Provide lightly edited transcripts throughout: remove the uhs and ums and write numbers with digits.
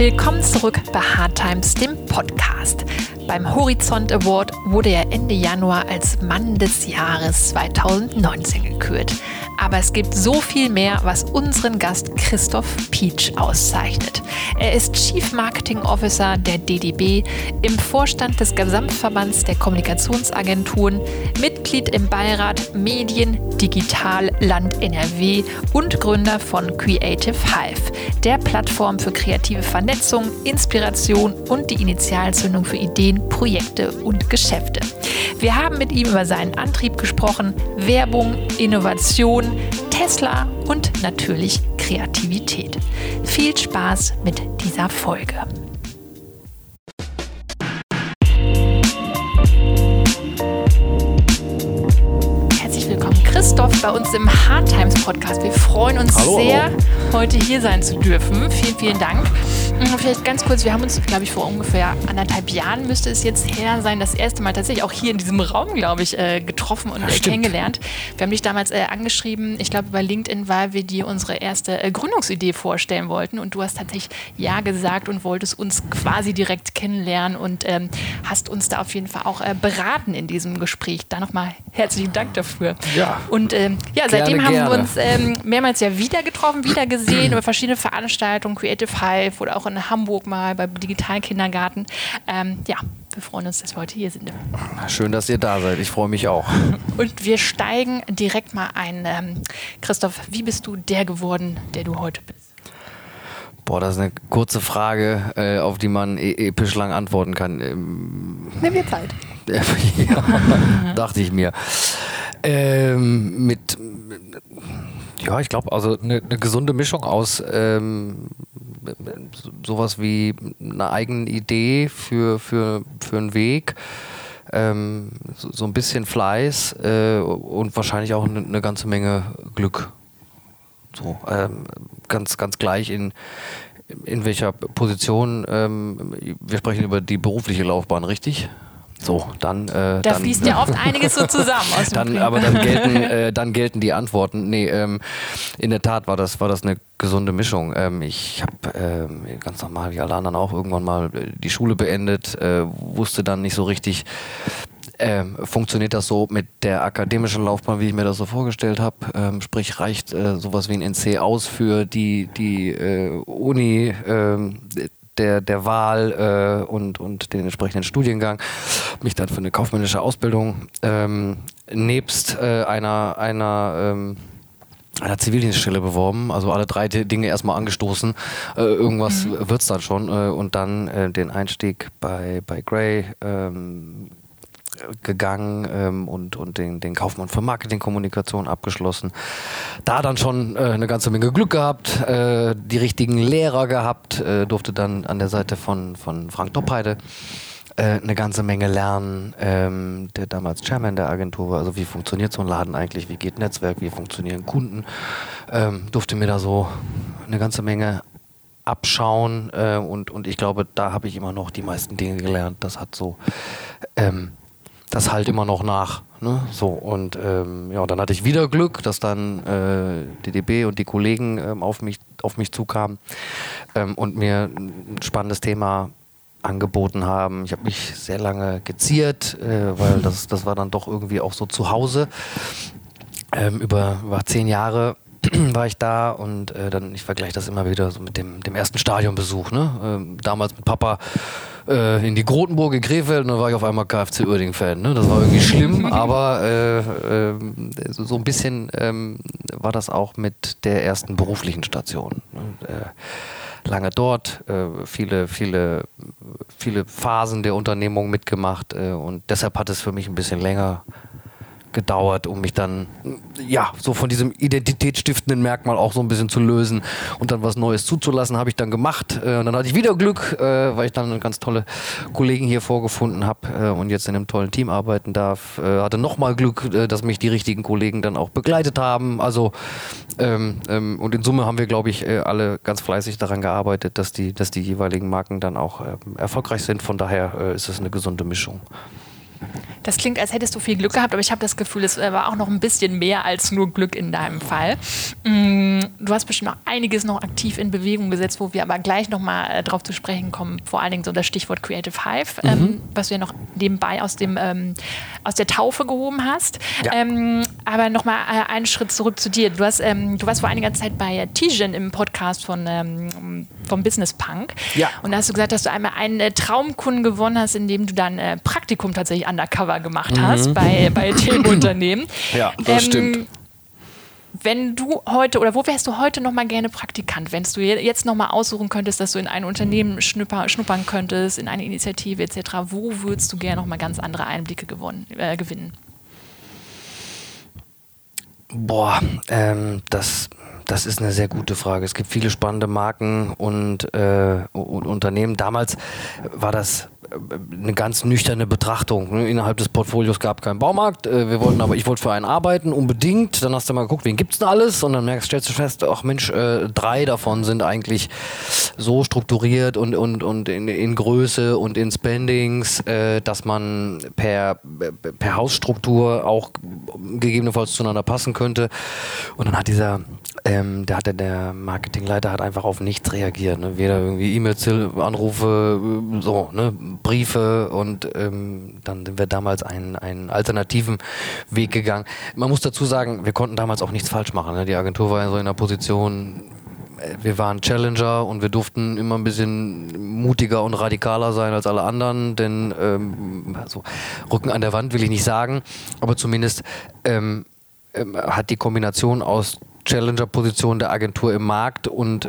Willkommen zurück bei Hard Times, dem Podcast. Beim Horizont Award wurde er Ende Januar als Mann des Jahres 2019 gekürt. Aber es gibt so viel mehr, was unseren Gast Christoph Pietsch auszeichnet. Er ist Chief Marketing Officer der DDB, im Vorstand des Gesamtverbands der Kommunikationsagenturen, Mitglied im Beirat Medien, Digital, Land NRW und Gründer von Creative Hive, der Plattform für kreative Vernetzung, Inspiration und die Initialzündung für Ideen, Projekte und Geschäfte. Wir haben mit ihm über seinen Antrieb gesprochen, Werbung, Innovation, Tesla und natürlich Kreativität. Viel Spaß mit dieser Folge. Herzlich willkommen, Christoph, bei uns im Hard Times Podcast. Wir freuen uns sehr, heute hier sein zu dürfen. Vielen, vielen Dank. Vielleicht ganz kurz, wir haben uns, glaube ich, vor ungefähr 1,5 Jahren müsste es jetzt her sein, das erste Mal tatsächlich auch hier in diesem Raum, glaube ich, getroffen und kennengelernt. Wir haben dich damals angeschrieben, ich glaube über LinkedIn, weil wir dir unsere erste Gründungsidee vorstellen wollten und du hast tatsächlich Ja gesagt und wolltest uns quasi direkt kennenlernen und hast uns da auf jeden Fall auch beraten in diesem Gespräch. Da nochmal herzlichen Dank dafür. Ja. Und seitdem haben wir uns mehrmals ja wieder getroffen, wieder gesehen über verschiedene Veranstaltungen, Creative Hive oder auch in Hamburg mal beim digitalen Kindergarten. Wir freuen uns, dass wir heute hier sind. Schön, dass ihr da seid. Ich freue mich auch. Und wir steigen direkt mal ein. Christoph, wie bist du der geworden, der du heute bist? Boah, das ist eine kurze Frage, auf die man episch lang antworten kann. Nimm dir Zeit. Ja, dachte ich mir. Ich glaube, also eine gesunde Mischung aus sowas wie eine eigene Idee für einen Weg, so ein bisschen Fleiß und wahrscheinlich auch eine ganze Menge Glück. So, ganz gleich in welcher Position. Wir sprechen über die berufliche Laufbahn, richtig? So, dann fließt ja oft einiges so zusammen. Dann gelten die Antworten. Nee, in der Tat war das eine gesunde Mischung. Ich habe ganz normal wie alle anderen auch irgendwann mal die Schule beendet, wusste dann nicht so richtig, funktioniert das so mit der akademischen Laufbahn, wie ich mir das so vorgestellt habe? Sprich, reicht sowas wie ein NC aus für die Uni, der Wahl und den entsprechenden Studiengang, mich dann für eine kaufmännische Ausbildung nebst einer Zivildienststelle beworben, also alle 3 Dinge erstmal angestoßen, irgendwas wird's dann schon und dann den Einstieg bei Grey gegangen und den Kaufmann für Marketingkommunikation abgeschlossen. Da dann schon eine ganze Menge Glück gehabt, die richtigen Lehrer gehabt, durfte dann an der Seite von Frank Doppheide eine ganze Menge lernen, der damals Chairman der Agentur war, also wie funktioniert so ein Laden eigentlich, wie geht Netzwerk, wie funktionieren Kunden, durfte mir da so eine ganze Menge abschauen und ich glaube, da habe ich immer noch die meisten Dinge gelernt. Das hat so das halt immer noch nach. Ne? So, und dann hatte ich wieder Glück, dass dann DDB und die Kollegen auf mich zukamen und mir ein spannendes Thema angeboten haben. Ich habe mich sehr lange geziert, weil das war dann doch irgendwie auch so zu Hause. Über 10 Jahre war ich da und ich vergleiche das immer wieder so mit dem ersten Stadionbesuch. Ne? Damals mit Papa in die Grotenburg in Krefeld und dann war ich auf einmal KFC Uerdingen-Fan. Ne? Das war irgendwie schlimm, aber so ein bisschen war das auch mit der ersten beruflichen Station. Ne? Lange dort, viele Phasen der Unternehmung mitgemacht und deshalb hat es für mich ein bisschen länger gedauert, um mich dann so von diesem identitätsstiftenden Merkmal auch so ein bisschen zu lösen und dann was Neues zuzulassen, habe ich dann gemacht. Und dann hatte ich wieder Glück, weil ich dann ganz tolle Kollegen hier vorgefunden habe und jetzt in einem tollen Team arbeiten darf. Hatte nochmal Glück, dass mich die richtigen Kollegen dann auch begleitet haben. Also und in Summe haben wir, glaube ich, alle ganz fleißig daran gearbeitet, dass die jeweiligen Marken dann auch erfolgreich sind. Von daher ist es eine gesunde Mischung. Das klingt, als hättest du viel Glück gehabt, aber ich habe das Gefühl, es war auch noch ein bisschen mehr als nur Glück in deinem Fall. Du hast bestimmt noch einiges noch aktiv in Bewegung gesetzt, wo wir aber gleich nochmal drauf zu sprechen kommen. Vor allen Dingen so das Stichwort Creative Hive, was du ja noch nebenbei aus der Taufe gehoben hast. Ja. Aber nochmal einen Schritt zurück zu dir. Du warst vor einiger Zeit bei Tijen im Podcast vom Business Punk. Ja. Und da hast du gesagt, dass du einmal einen Traumkunden gewonnen hast, in dem du dann Praktikum tatsächlich undercover gemacht hast bei dem Unternehmen. Ja, das stimmt. Wenn du heute, oder wo wärst du heute noch mal gerne Praktikant, wenn du jetzt noch mal aussuchen könntest, dass du in ein Unternehmen schnuppern könntest, in eine Initiative etc., wo würdest du gerne noch mal ganz andere Einblicke gewinnen? Boah, das ist eine sehr gute Frage. Es gibt viele spannende Marken und Unternehmen. Damals war das eine ganz nüchterne Betrachtung. Innerhalb des Portfolios gab es keinen Baumarkt. Ich wollte für einen arbeiten, unbedingt. Dann hast du mal geguckt, wen gibt's denn alles? Und dann stellst du fest, ach Mensch, 3 davon sind eigentlich so strukturiert und in Größe und in Spendings, dass man per Hausstruktur auch gegebenenfalls zueinander passen könnte. Und dann hat der Marketingleiter hat einfach auf nichts reagiert. Ne? Weder irgendwie E-Mails, Anrufe, Briefe, und dann sind wir damals einen alternativen Weg gegangen. Man muss dazu sagen, wir konnten damals auch nichts falsch machen. Ne? Die Agentur war ja so in der Position, wir waren Challenger und wir durften immer ein bisschen mutiger und radikaler sein als alle anderen, denn Rücken an der Wand will ich nicht sagen, aber zumindest hat die Kombination aus Challenger-Position der Agentur im Markt und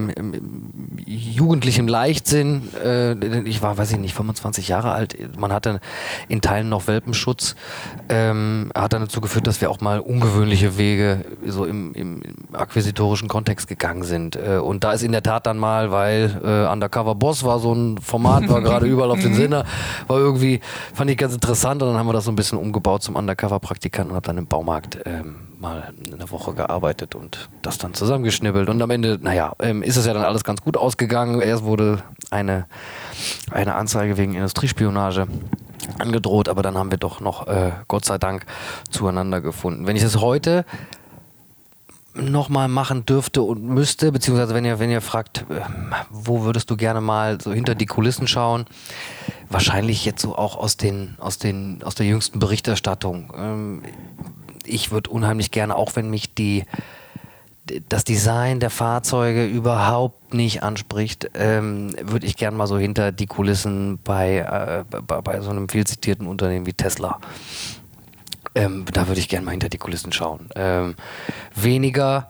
jugendlichem Leichtsinn, ich war, 25 Jahre alt, man hatte in Teilen noch Welpenschutz, hat dann dazu geführt, dass wir auch mal ungewöhnliche Wege so im akquisitorischen Kontext gegangen sind. Und da ist in der Tat dann mal, weil Undercover Boss war so ein Format, war gerade überall auf den Sender, war irgendwie, fand ich ganz interessant, und dann haben wir das so ein bisschen umgebaut zum Undercover-Praktikanten und habe dann im Baumarkt mal eine Woche gearbeitet und das dann zusammengeschnibbelt. Und am Ende, ist es ja dann alles ganz gut ausgegangen. Erst wurde eine Anzeige wegen Industriespionage angedroht, aber dann haben wir doch noch, Gott sei Dank, zueinander gefunden. Wenn ich das heute nochmal machen dürfte und müsste, beziehungsweise wenn ihr fragt, wo würdest du gerne mal so hinter die Kulissen schauen, wahrscheinlich jetzt so auch aus der jüngsten Berichterstattung. Ich würde unheimlich gerne, auch wenn mich das Design der Fahrzeuge überhaupt nicht anspricht, würde ich gerne mal so hinter die Kulissen bei so einem viel zitierten Unternehmen wie Tesla. Da würde ich gerne mal hinter die Kulissen schauen. Weniger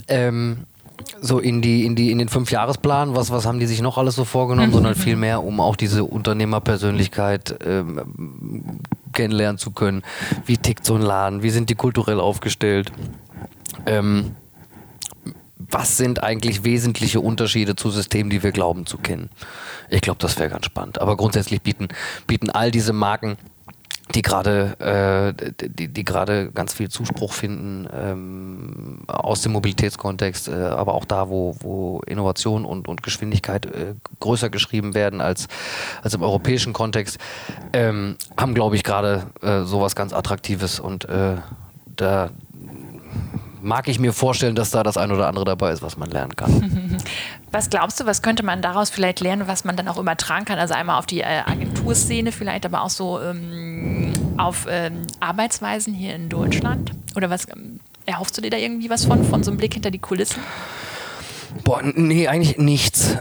so in den 5-Jahresplan, was haben die sich noch alles so vorgenommen, sondern vielmehr, um auch diese Unternehmerpersönlichkeit kennenlernen zu können. Wie tickt so ein Laden? Wie sind die kulturell aufgestellt? Was sind eigentlich wesentliche Unterschiede zu Systemen, die wir glauben zu kennen? Ich glaube, das wäre ganz spannend. Aber grundsätzlich bieten all diese Marken, die gerade ganz viel Zuspruch finden aus dem Mobilitätskontext, aber auch da, wo Innovation und Geschwindigkeit größer geschrieben werden als im europäischen Kontext, haben, glaube ich, gerade sowas ganz Attraktives, und da mag ich mir vorstellen, dass da das ein oder andere dabei ist, was man lernen kann. Was glaubst du, was könnte man daraus vielleicht lernen, was man dann auch übertragen kann? Also einmal auf die Agenturszene vielleicht, aber auch so auf Arbeitsweisen hier in Deutschland? Oder was erhoffst du dir da irgendwie was von so einem Blick hinter die Kulissen? Boah, nee, eigentlich nichts.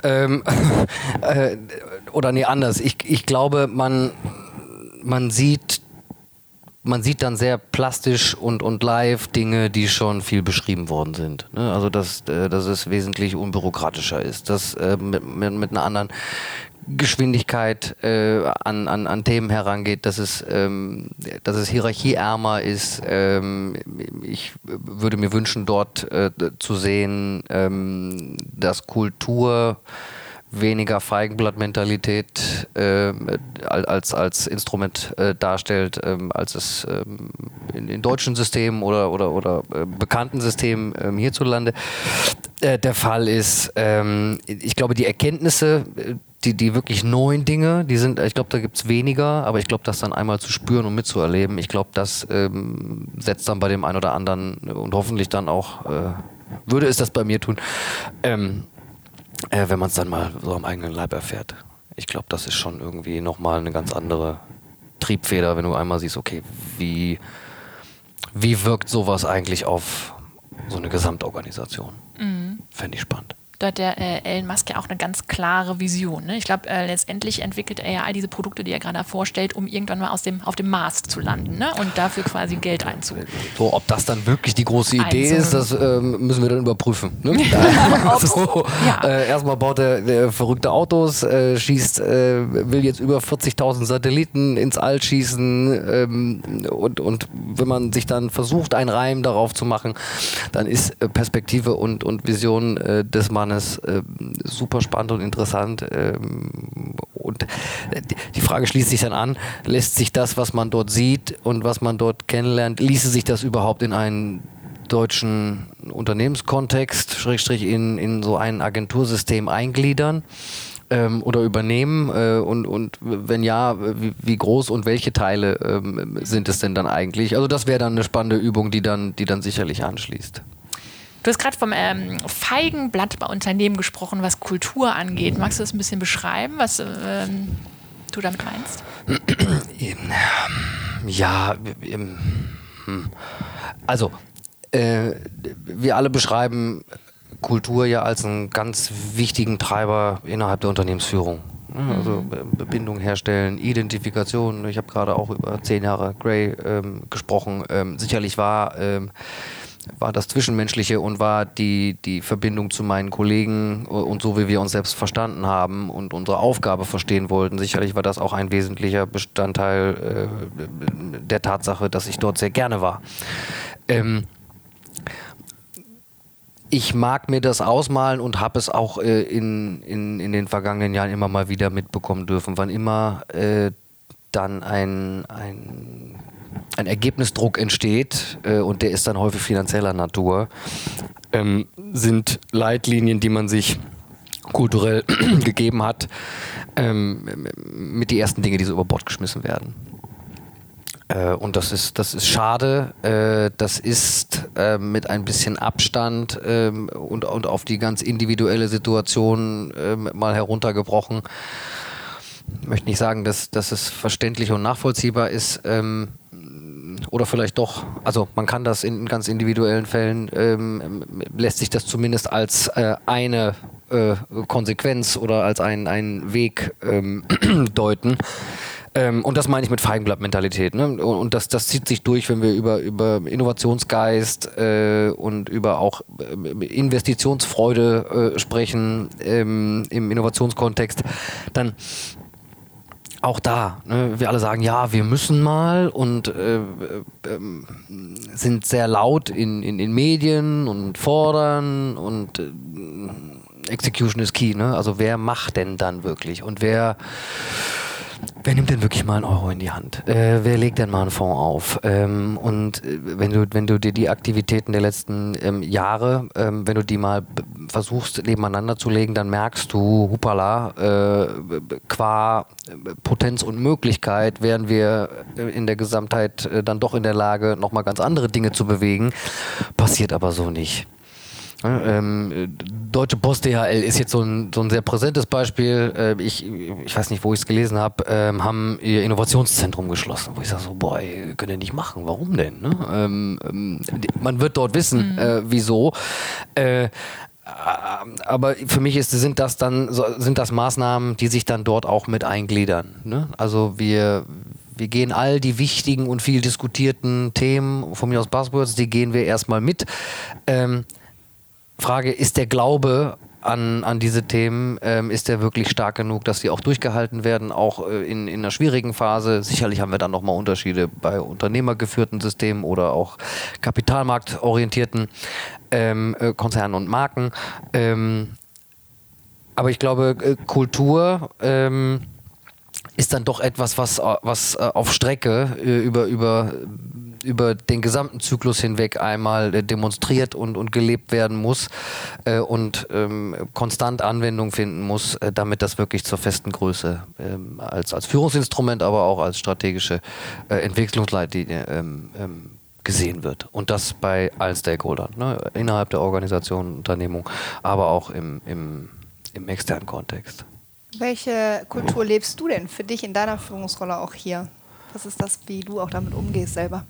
Anders. Ich glaube, man sieht dann sehr plastisch und live Dinge, die schon viel beschrieben worden sind. Ne? Also dass es wesentlich unbürokratischer ist, dass mit einer anderen Geschwindigkeit an Themen herangeht, dass es hierarchieärmer ist. Ich würde mir wünschen, dort zu sehen, dass Kultur weniger Feigenblattmentalität als Instrument darstellt, als es in deutschen Systemen oder bekannten Systemen hierzulande der Fall ist. Ich glaube, die Erkenntnisse, die wirklich neuen Dinge, die sind, ich glaube, da gibt es weniger, aber ich glaube, das dann einmal zu spüren und mitzuerleben, ich glaube, das setzt dann bei dem einen oder anderen und hoffentlich dann auch, würde es das bei mir tun, wenn man es dann mal so am eigenen Leib erfährt. Ich glaube, das ist schon irgendwie nochmal eine ganz andere Triebfeder, wenn du einmal siehst, okay, wie wirkt sowas eigentlich auf so eine Gesamtorganisation? Fände ich spannend. Da hat der Elon Musk ja auch eine ganz klare Vision. Ne? Ich glaube, letztendlich entwickelt er ja all diese Produkte, die er gerade vorstellt, um irgendwann mal auf dem Mars zu landen, ne? Und dafür quasi Geld So, ob das dann wirklich die große Idee ist, das müssen wir dann überprüfen. Ne? Erstmal baut er verrückte Autos, will jetzt über 40.000 Satelliten ins All schießen und wenn man sich dann versucht, einen Reim darauf zu machen, dann ist Perspektive und Vision des Mannes super spannend und interessant. Und die Frage schließt sich dann an, lässt sich das, was man dort sieht und was man dort kennenlernt, ließe sich das überhaupt in einen deutschen Unternehmenskontext, Schrägstrich in so ein Agentursystem eingliedern oder übernehmen? Und wenn ja, wie groß und welche Teile sind es denn dann eigentlich? Also das wäre dann eine spannende Übung, die dann sicherlich anschließt. Du hast gerade vom Feigenblatt bei Unternehmen gesprochen, was Kultur angeht. Magst du das ein bisschen beschreiben, was du damit meinst? Ja, also wir alle beschreiben Kultur ja als einen ganz wichtigen Treiber innerhalb der Unternehmensführung. Also Bindung herstellen, Identifikation. Ich habe gerade auch über 10 Jahre Grey gesprochen. Sicherlich war das Zwischenmenschliche und war die Verbindung zu meinen Kollegen und so, wie wir uns selbst verstanden haben und unsere Aufgabe verstehen wollten. Sicherlich war das auch ein wesentlicher Bestandteil der Tatsache, dass ich dort sehr gerne war. Ich mag mir das ausmalen und habe es auch in den vergangenen Jahren immer mal wieder mitbekommen dürfen, wann immer dann ein Ergebnisdruck entsteht, und der ist dann häufig finanzieller Natur, sind Leitlinien, die man sich kulturell gegeben hat, mit die ersten Dinge, die so über Bord geschmissen werden. Und das ist schade. Das ist mit ein bisschen Abstand und auf die ganz individuelle Situation mal heruntergebrochen. Ich möchte nicht sagen, dass es verständlich und nachvollziehbar ist, oder vielleicht doch, also man kann das in ganz individuellen Fällen, lässt sich das zumindest als eine Konsequenz oder als einen Weg deuten. Und das meine ich mit Feigenblatt-Mentalität. Ne? Und das zieht sich durch, wenn wir über Innovationsgeist und über auch Investitionsfreude sprechen im Innovationskontext. Dann auch da, ne, wir alle sagen, ja, wir müssen mal und sind sehr laut in Medien und fordern und Execution is key. Ne? Also wer macht denn dann wirklich und wer nimmt denn wirklich mal einen Euro in die Hand? Wer legt denn mal einen Fonds auf? Und wenn du dir die Aktivitäten der letzten Jahre, wenn du die mal versuchst nebeneinander zu legen, dann merkst du, hupala, qua Potenz und Möglichkeit wären wir in der Gesamtheit dann doch in der Lage, nochmal ganz andere Dinge zu bewegen. Passiert aber so nicht. Deutsche Post DHL ist jetzt so ein sehr präsentes Beispiel. Ich weiß nicht, wo ich es gelesen habe, haben ihr Innovationszentrum geschlossen. Wo ich sage so, boah, könnt ihr nicht machen. Warum denn? Ne? Man wird dort wissen, wieso. Aber für mich sind das Maßnahmen, die sich dann dort auch mit eingliedern. Ne? Also wir gehen all die wichtigen und viel diskutierten Themen, von mir aus Buzzwords, die gehen wir erstmal mit. Frage, ist der Glaube an diese Themen, ist der wirklich stark genug, dass sie auch durchgehalten werden, auch in einer schwierigen Phase? Sicherlich haben wir dann nochmal Unterschiede bei unternehmergeführten Systemen oder auch kapitalmarktorientierten Konzernen und Marken. Aber ich glaube, Kultur ist dann doch etwas, was auf Strecke über den gesamten Zyklus hinweg einmal demonstriert und gelebt werden muss und konstant Anwendung finden muss, damit das wirklich zur festen Größe als Führungsinstrument, aber auch als strategische Entwicklungsleitlinie gesehen wird. Und das bei allen Stakeholdern, ne? Innerhalb der Organisation, Unternehmung, aber auch im externen Kontext. Welche Kultur lebst du denn für dich in deiner Führungsrolle auch hier? Was ist das, wie du auch damit umgehst selber?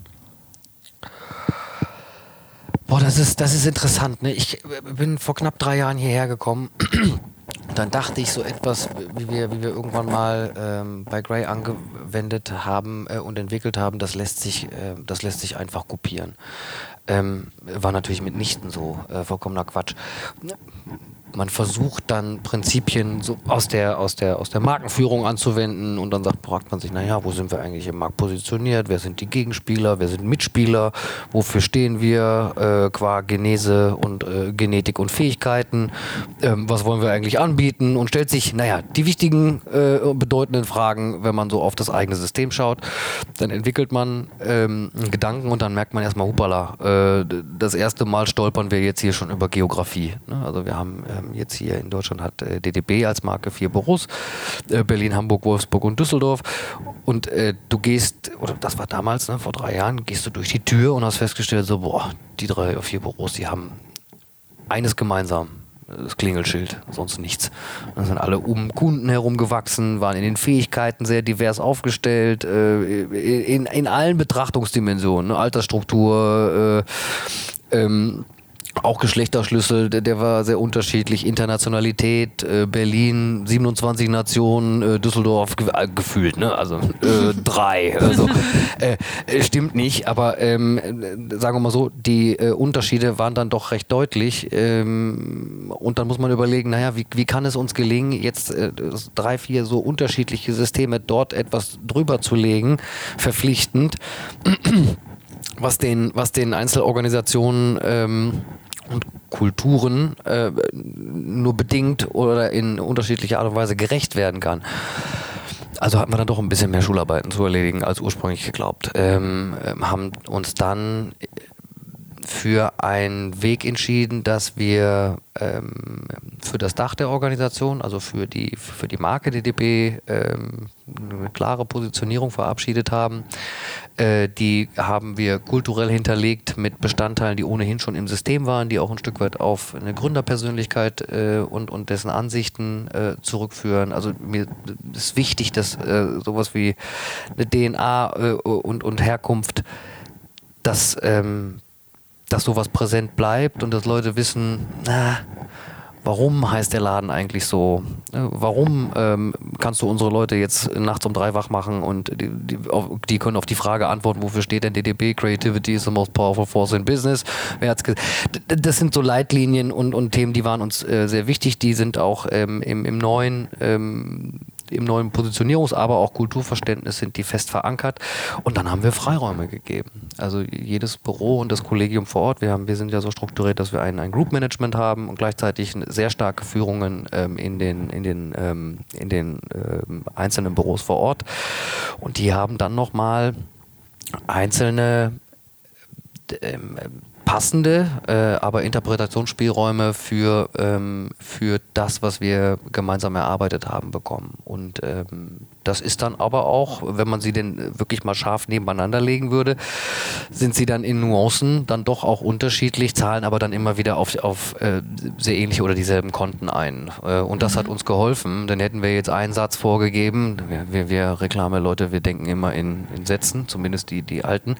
Boah, das ist interessant. Ne? Ich bin vor knapp 3 Jahren hierher gekommen. Dann dachte ich, so etwas, wie wir irgendwann mal bei Gray angewendet haben und entwickelt haben, das lässt sich einfach kopieren. War natürlich mitnichten so, vollkommener Quatsch. Man versucht dann Prinzipien so aus der Markenführung anzuwenden und dann fragt man sich, naja, wo sind wir eigentlich im Markt positioniert, wer sind die Gegenspieler, wer sind Mitspieler, wofür stehen wir qua Genese und Genetik und Fähigkeiten, was wollen wir eigentlich anbieten und stellt sich, naja, die wichtigen bedeutenden Fragen, wenn man so auf das eigene System schaut. Dann entwickelt man einen Gedanken und dann merkt man erstmal, hupala, das erste Mal stolpern wir jetzt hier schon über Geografie. Ne? Also wir haben jetzt hier in Deutschland hat DDB als Marke 4 Büros, Berlin, Hamburg, Wolfsburg und Düsseldorf. Und du gehst, oder das war damals, ne, vor 3 Jahren, gehst du durch die Tür und hast festgestellt, so, boah, die 3 oder 4 Büros, die haben eines gemeinsam. Das Klingelschild, sonst nichts. Dann sind alle um Kunden herumgewachsen, waren in den Fähigkeiten sehr divers aufgestellt, in allen Betrachtungsdimensionen, ne? Altersstruktur, auch Geschlechterschlüssel, der war sehr unterschiedlich. Internationalität, Berlin, 27 Nationen, Düsseldorf gefühlt, ne? Also 3. Also, stimmt nicht, aber sagen wir mal so, die Unterschiede waren dann doch recht deutlich. Und dann muss man überlegen, naja, wie kann es uns gelingen, jetzt 3, 4 so unterschiedliche Systeme dort etwas drüber zu legen, verpflichtend, was den Einzelorganisationen und Kulturen nur bedingt oder in unterschiedlicher Art und Weise gerecht werden kann. Also hatten wir dann doch ein bisschen mehr Schularbeiten zu erledigen als ursprünglich geglaubt. Haben uns dann für einen Weg entschieden, dass wir für das Dach der Organisation, also für die Marke DDB, eine klare Positionierung verabschiedet haben. Die haben wir kulturell hinterlegt mit Bestandteilen, die ohnehin schon im System waren, die auch ein Stück weit auf eine Gründerpersönlichkeit und dessen Ansichten zurückführen. Also mir ist wichtig, dass sowas wie eine DNA und Herkunft, dass sowas präsent bleibt und dass Leute wissen, warum heißt der Laden eigentlich so? Warum kannst du unsere Leute jetzt nachts um 3 wach machen und die können auf die Frage antworten, wofür steht denn DDB? Creativity is the most powerful force in business. Das sind so Leitlinien und Themen, die waren uns sehr wichtig. Die sind auch im neuen Positionierungs-, aber auch Kulturverständnis sind die fest verankert. Und dann haben wir Freiräume gegeben. Also jedes Büro und das Kollegium vor Ort, wir sind ja so strukturiert, dass wir ein Group-Management haben und gleichzeitig sehr starke Führungen in den einzelnen Büros vor Ort. Und die haben dann nochmal einzelne passende, aber Interpretationsspielräume für das, was wir gemeinsam erarbeitet haben, bekommen. Und das ist dann aber auch, wenn man sie denn wirklich mal scharf nebeneinander legen würde, sind sie dann in Nuancen dann doch auch unterschiedlich, zahlen aber dann immer wieder auf sehr ähnliche oder dieselben Konten ein. Und das hat uns geholfen, denn hätten wir jetzt einen Satz vorgegeben, wir Reklame-Leute, wir denken immer in Sätzen, zumindest die Alten,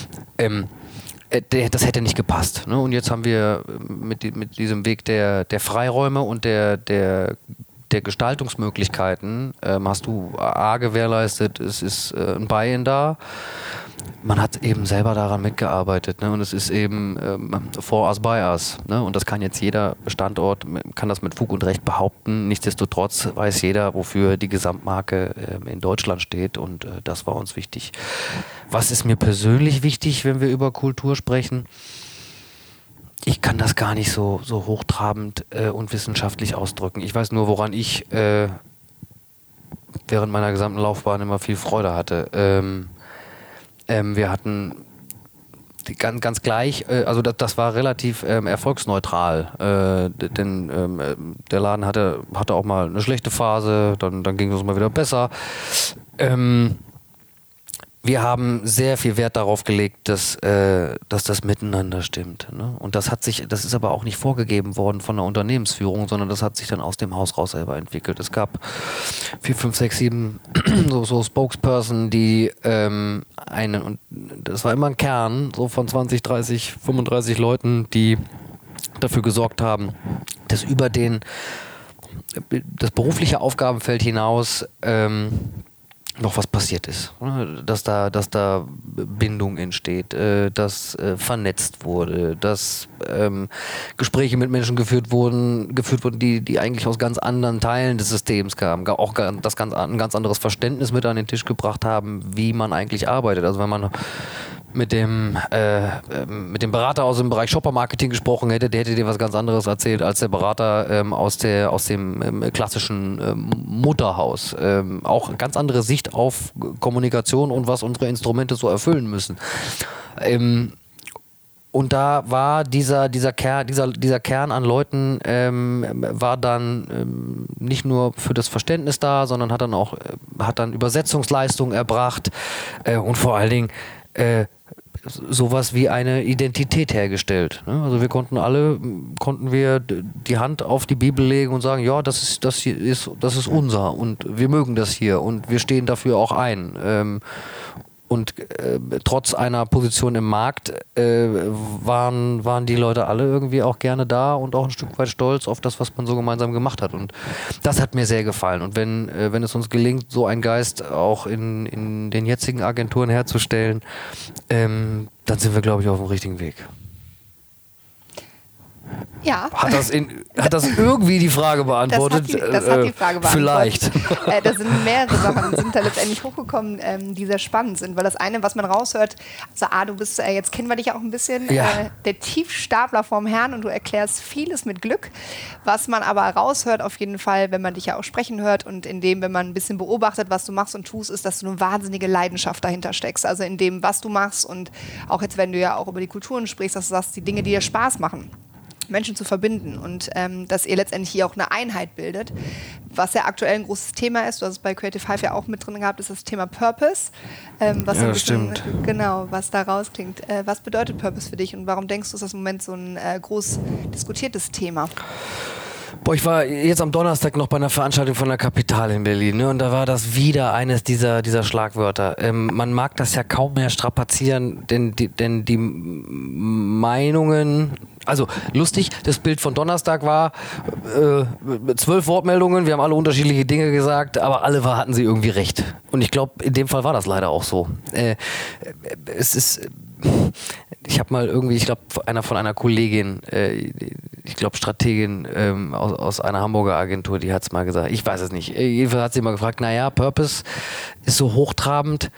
das hätte nicht gepasst. Ne? Und jetzt haben wir mit diesem Weg der Freiräume und der Gestaltungsmöglichkeiten hast du A gewährleistet, es ist ein Buy-in da. Man hat eben selber daran mitgearbeitet, ne? Und es ist eben for us, by us. Ne? Und das kann jetzt jeder Standort, kann das mit Fug und Recht behaupten. Nichtsdestotrotz weiß jeder, wofür die Gesamtmarke in Deutschland steht und das war uns wichtig. Was ist mir persönlich wichtig, wenn wir über Kultur sprechen? Ich kann das gar nicht so hochtrabend und wissenschaftlich ausdrücken. Ich weiß nur, woran ich während meiner gesamten Laufbahn immer viel Freude hatte. Wir hatten ganz gleich, also das war relativ erfolgsneutral, denn der Laden hatte auch mal eine schlechte Phase, dann ging es mal wieder besser. Wir haben sehr viel Wert darauf gelegt, dass das miteinander stimmt. Ne? Und das ist aber auch nicht vorgegeben worden von der Unternehmensführung, sondern das hat sich dann aus dem Haus raus selber entwickelt. Es gab 4, 5, 6, 7 so Spokesperson, die und das war immer ein Kern, so von 20, 30, 35 Leuten, die dafür gesorgt haben, dass über das berufliche Aufgabenfeld hinaus noch was passiert ist, dass da Bindung entsteht, dass vernetzt wurde, dass Gespräche mit Menschen geführt wurden, die eigentlich aus ganz anderen Teilen des Systems kamen, auch ein ganz anderes Verständnis mit an den Tisch gebracht haben, wie man eigentlich arbeitet. Also wenn man mit dem Berater aus dem Bereich Shopper-Marketing gesprochen hätte, der hätte dir was ganz anderes erzählt als der Berater aus dem klassischen Mutterhaus. Auch ganz andere Sicht auf Kommunikation und was unsere Instrumente so erfüllen müssen. Und da war dieser Kern an Leuten war dann nicht nur für das Verständnis da, sondern hat dann Übersetzungsleistungen erbracht und vor allen Dingen sowas wie eine Identität hergestellt. Also wir konnten die Hand auf die Bibel legen und sagen, ja, das ist unser und wir mögen das hier und wir stehen dafür auch ein. Und trotz einer Position im Markt waren die Leute alle irgendwie auch gerne da und auch ein Stück weit stolz auf das, was man so gemeinsam gemacht hat. Und das hat mir sehr gefallen. Und wenn es uns gelingt, so einen Geist auch in den jetzigen Agenturen herzustellen, dann sind wir, glaube ich, auf dem richtigen Weg. Ja. Hat das irgendwie die Frage beantwortet? Das hat die Frage beantwortet. Vielleicht. Da sind mehrere Sachen, sind da letztendlich hochgekommen, die sehr spannend sind. Weil das eine, was man raushört, also du bist, jetzt kennen wir dich auch ein bisschen, der Tiefstapler vorm Herrn und du erklärst vieles mit Glück. Was man aber raushört auf jeden Fall, wenn man dich ja auch sprechen hört und wenn man ein bisschen beobachtet, was du machst und tust, ist, dass du eine wahnsinnige Leidenschaft dahinter steckst. Also in dem, was du machst und auch jetzt, wenn du ja auch über die Kulturen sprichst, dass du sagst, die Dinge, die dir Spaß machen, Menschen zu verbinden und dass ihr letztendlich hier auch eine Einheit bildet. Was ja aktuell ein großes Thema ist, du hast es bei Creative Hive ja auch mit drin gehabt, ist das Thema Purpose. Stimmt. Genau, was da rausklingt. Was bedeutet Purpose für dich und warum denkst du, ist das im Moment so ein groß diskutiertes Thema? Ich war jetzt am Donnerstag noch bei einer Veranstaltung von der Kapital in Berlin, ne? Und da war das wieder eines dieser Schlagwörter. Man mag das ja kaum mehr strapazieren, denn die Meinungen, also lustig, das Bild von Donnerstag war 12 Wortmeldungen, wir haben alle unterschiedliche Dinge gesagt, aber alle hatten sie irgendwie recht. Und ich glaube, in dem Fall war das leider auch so. Ich habe mal irgendwie, von einer Kollegin, Strategin aus einer Hamburger Agentur, die hat es mal gesagt, ich weiß es nicht. Jedenfalls hat sie mal gefragt, Purpose ist so hochtrabend,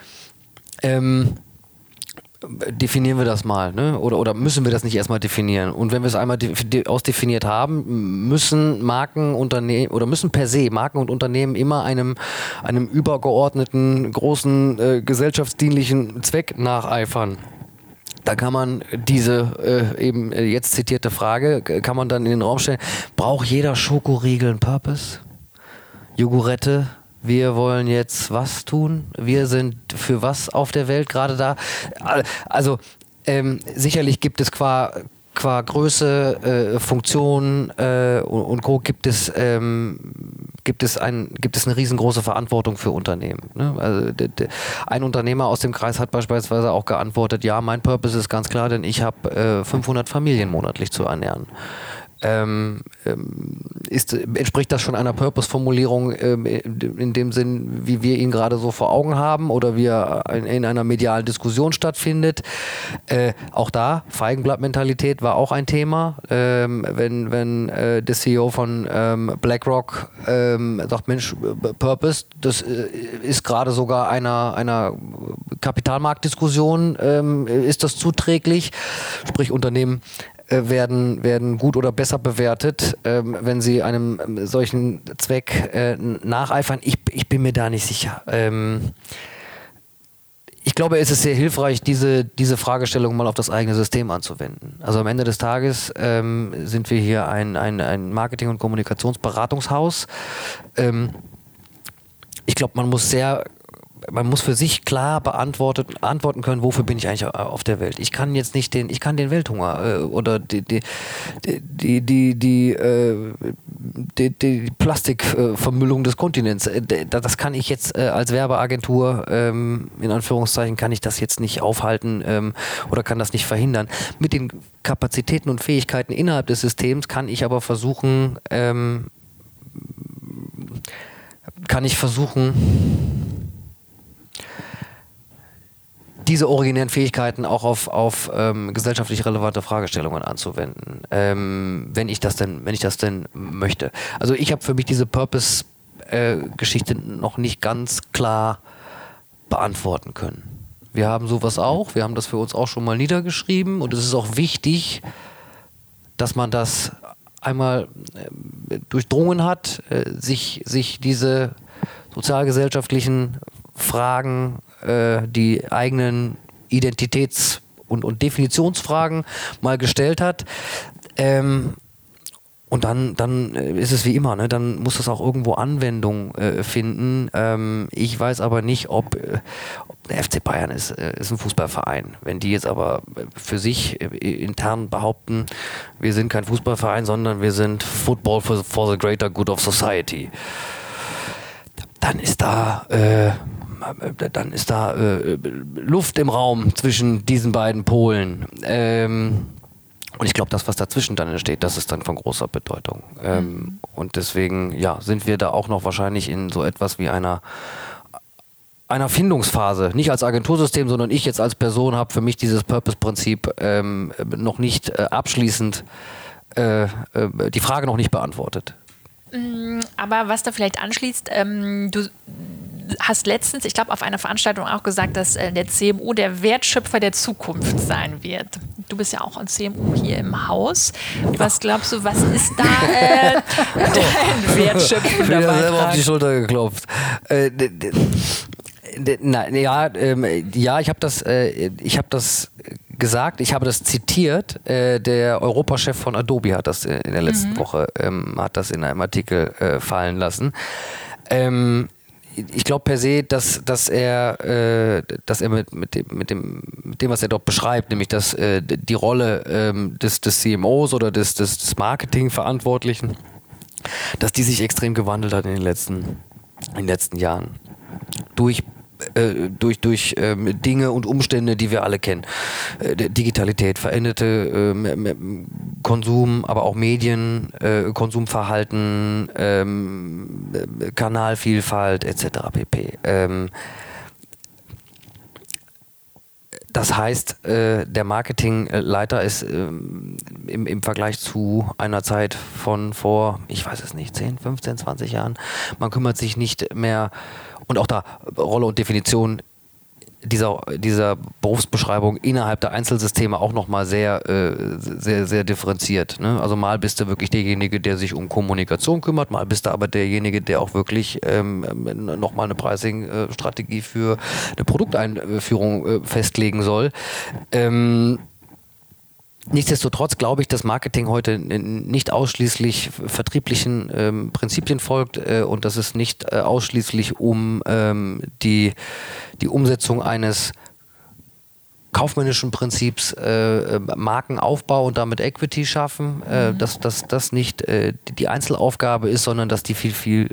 definieren wir das mal, ne? Oder müssen wir das nicht erstmal definieren? Und wenn wir es einmal ausdefiniert haben, müssen per se Marken und Unternehmen immer einem übergeordneten, großen, gesellschaftsdienlichen Zweck nacheifern. Da kann man diese eben jetzt zitierte Frage, kann man dann in den Raum stellen, braucht jeder Schokoriegel einen Purpose? Jogurette? Wir wollen jetzt was tun? Wir sind für was auf der Welt gerade da? Also sicherlich gibt es qua Größe, Funktion und Co. gibt es eine riesengroße Verantwortung für Unternehmen. Ne? Also ein Unternehmer aus dem Kreis hat beispielsweise auch geantwortet, ja, mein Purpose ist ganz klar, denn ich habe 500 Familien monatlich zu ernähren. Entspricht das schon einer Purpose-Formulierung in dem Sinn, wie wir ihn gerade so vor Augen haben oder wie er in einer medialen Diskussion stattfindet? Auch da, Feigenblatt-Mentalität war auch ein Thema. Wenn der CEO von BlackRock sagt, Mensch, Purpose, das ist gerade sogar einer Kapitalmarktdiskussion, ist das zuträglich? Sprich, Unternehmen werden gut oder besser bewertet, wenn sie einem solchen Zweck nacheifern. Ich bin mir da nicht sicher. Ich glaube, es ist sehr hilfreich, diese Fragestellung mal auf das eigene System anzuwenden. Also am Ende des Tages sind wir hier ein Marketing- und Kommunikationsberatungshaus. Ich glaube, man muss für sich klar antworten können, wofür bin ich eigentlich auf der Welt. Ich kann jetzt nicht den Welthunger oder die Plastikvermüllung des Kontinents. Das kann ich jetzt als Werbeagentur, in Anführungszeichen, kann ich das jetzt nicht aufhalten oder kann das nicht verhindern. Mit den Kapazitäten und Fähigkeiten innerhalb des Systems kann ich aber versuchen, diese originären Fähigkeiten auch auf gesellschaftlich relevante Fragestellungen anzuwenden, wenn ich das denn möchte. Also ich habe für mich diese Purpose-Geschichte noch nicht ganz klar beantworten können. Wir haben sowas auch, wir haben das für uns auch schon mal niedergeschrieben und es ist auch wichtig, dass man das einmal durchdrungen hat, sich diese sozialgesellschaftlichen Fragen, die eigenen Identitäts- und Definitionsfragen mal gestellt hat. Und dann ist es wie immer, ne? Dann muss das auch irgendwo Anwendung finden. Ich weiß aber nicht, ob der FC Bayern ist ein Fußballverein. Wenn die jetzt aber für sich intern behaupten, wir sind kein Fußballverein, sondern wir sind Football for the greater good of society, dann ist da Luft im Raum zwischen diesen beiden Polen. Und ich glaube, das, was dazwischen dann entsteht, das ist dann von großer Bedeutung. Und deswegen, sind wir da auch noch wahrscheinlich in so etwas wie einer Findungsphase. Nicht als Agentursystem, sondern ich jetzt als Person habe für mich dieses Purpose-Prinzip noch nicht abschließend, die Frage noch nicht beantwortet. Aber was da vielleicht anschließt, du hast letztens, ich glaube, auf einer Veranstaltung auch gesagt, dass der CMU der Wertschöpfer der Zukunft sein wird. Du bist ja auch ein CMU hier im Haus. Was glaubst du, was ist da dein wertschöpfender Beitrag? Ich bin ja selber auf die Schulter geklopft. Ich habe das gesagt, ich habe das zitiert. Der Europachef von Adobe hat das in der letzten Woche hat das in einem Artikel fallen lassen. Ich glaube per se, dass er mit dem, was er dort beschreibt, nämlich dass die Rolle des CMOs oder des Marketingverantwortlichen, dass die sich extrem gewandelt hat in den letzten Jahren. Durch Dinge und Umstände, die wir alle kennen. Digitalität, veränderte Konsum, aber auch Medien, Konsumverhalten, Kanalvielfalt etc. pp. Das heißt, der Marketingleiter ist im Vergleich zu einer Zeit von vor, ich weiß es nicht, 10, 15, 20 Jahren, man kümmert sich nicht mehr, und auch da Rolle und Definition dieser Berufsbeschreibung innerhalb der Einzelsysteme auch nochmal sehr, sehr differenziert. Ne? Also mal bist du wirklich derjenige, der sich um Kommunikation kümmert, mal bist du aber derjenige, der auch wirklich nochmal eine Pricing-Strategie für eine Produkteinführung festlegen soll. Nichtsdestotrotz glaube ich, dass Marketing heute nicht ausschließlich vertrieblichen Prinzipien folgt und dass es nicht ausschließlich um die Umsetzung eines kaufmännischen Prinzips Markenaufbau und damit Equity schaffen, dass das nicht die Einzelaufgabe ist, sondern dass die viel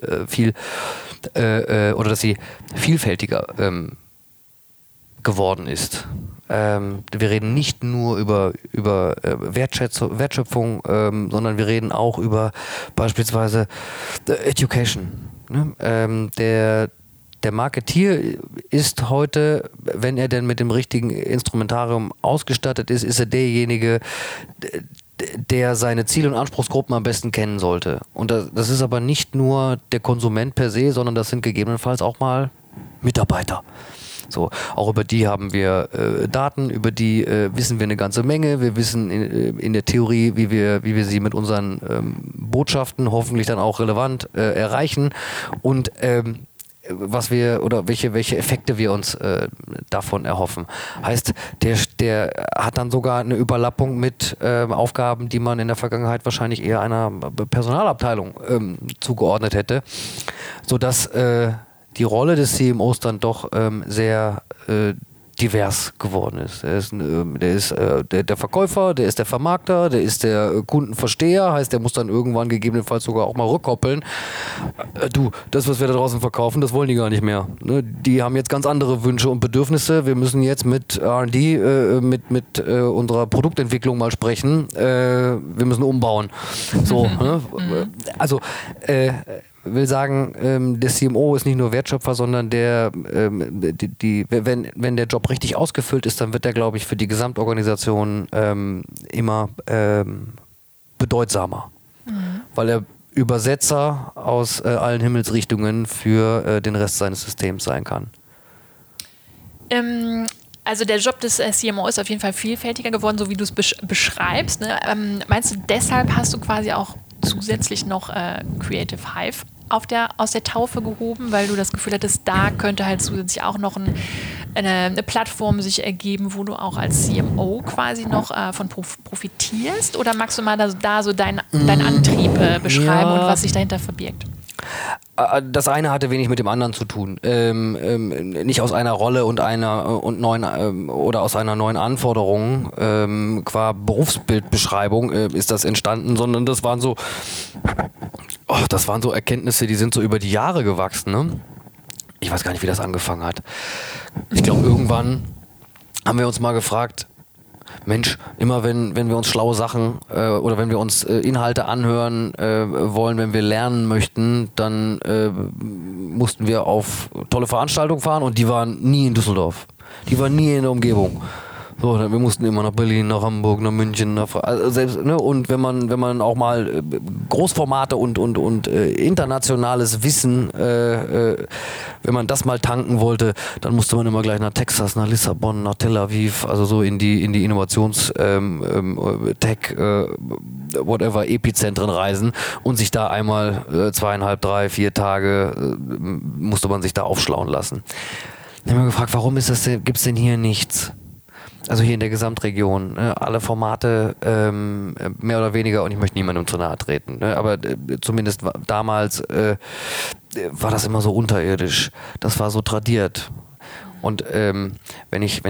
oder dass sie vielfältiger geworden ist. Wir reden nicht nur über Wertschöpfung, sondern wir reden auch über beispielsweise Education. Ne? Der Marketeer ist heute, wenn er denn mit dem richtigen Instrumentarium ausgestattet ist, ist er derjenige, der seine Ziel- und Anspruchsgruppen am besten kennen sollte. Und das ist aber nicht nur der Konsument per se, sondern das sind gegebenenfalls auch mal Mitarbeiter. So, auch über die haben wir Daten, über die wissen wir eine ganze Menge. Wir wissen in der Theorie, wie wir sie mit unseren Botschaften hoffentlich dann auch relevant erreichen und was wir oder welche Effekte wir uns davon erhoffen. Heißt, der hat dann sogar eine Überlappung mit Aufgaben, die man in der Vergangenheit wahrscheinlich eher einer Personalabteilung zugeordnet hätte, sodass die Rolle des CMOs dann doch sehr divers geworden ist. Der ist der Verkäufer, der ist der Vermarkter, der ist der Kundenversteher, heißt, der muss dann irgendwann gegebenenfalls sogar auch mal rückkoppeln. Du, das, was wir da draußen verkaufen, das wollen die gar nicht mehr. Ne? Die haben jetzt ganz andere Wünsche und Bedürfnisse. Wir müssen jetzt mit R&D, mit unserer Produktentwicklung mal sprechen. Wir müssen umbauen. So, ne? Also will sagen, der CMO ist nicht nur Wertschöpfer, sondern wenn der Job richtig ausgefüllt ist, dann wird der, glaube ich, für die Gesamtorganisation immer bedeutsamer. Weil er Übersetzer aus allen Himmelsrichtungen für den Rest seines Systems sein kann. Also der Job des CMO ist auf jeden Fall vielfältiger geworden, so wie du es beschreibst. Ne? Meinst du, deshalb hast du quasi auch zusätzlich noch Creative Hive aus der Taufe gehoben, weil du das Gefühl hattest, da könnte halt zusätzlich auch noch eine Plattform sich ergeben, wo du auch als CMO quasi noch von profitierst? Oder magst du mal da so deinen Antrieb beschreiben und was sich dahinter verbirgt? Das eine hatte wenig mit dem anderen zu tun. Nicht aus einer Rolle und neuen oder aus einer neuen Anforderung qua Berufsbildbeschreibung ist das entstanden, sondern das waren so Erkenntnisse, die sind so über die Jahre gewachsen. Ne? Ich weiß gar nicht, wie das angefangen hat. Ich glaube, irgendwann haben wir uns mal gefragt, Mensch, immer wenn wir uns schlaue Sachen oder wenn wir uns Inhalte anhören wollen, wenn wir lernen möchten, dann mussten wir auf tolle Veranstaltungen fahren und die waren nie in Düsseldorf. Die waren nie in der Umgebung. So, wir mussten immer nach Berlin, nach Hamburg, nach München, selbst, ne? Und wenn man auch mal Großformate und internationales Wissen, wenn man das mal tanken wollte, dann musste man immer gleich nach Texas, nach Lissabon, nach Tel Aviv, also so in die Innovations Tech whatever Epizentren reisen und sich da einmal 2,5, 3, 4 Tage musste man sich da aufschlauen lassen. Dann haben wir gefragt, warum gibt's denn hier nichts? Also hier in der Gesamtregion, alle Formate mehr oder weniger, und ich möchte niemandem zu nahe treten, aber zumindest damals war das immer so unterirdisch, das war so tradiert. Und wenn ich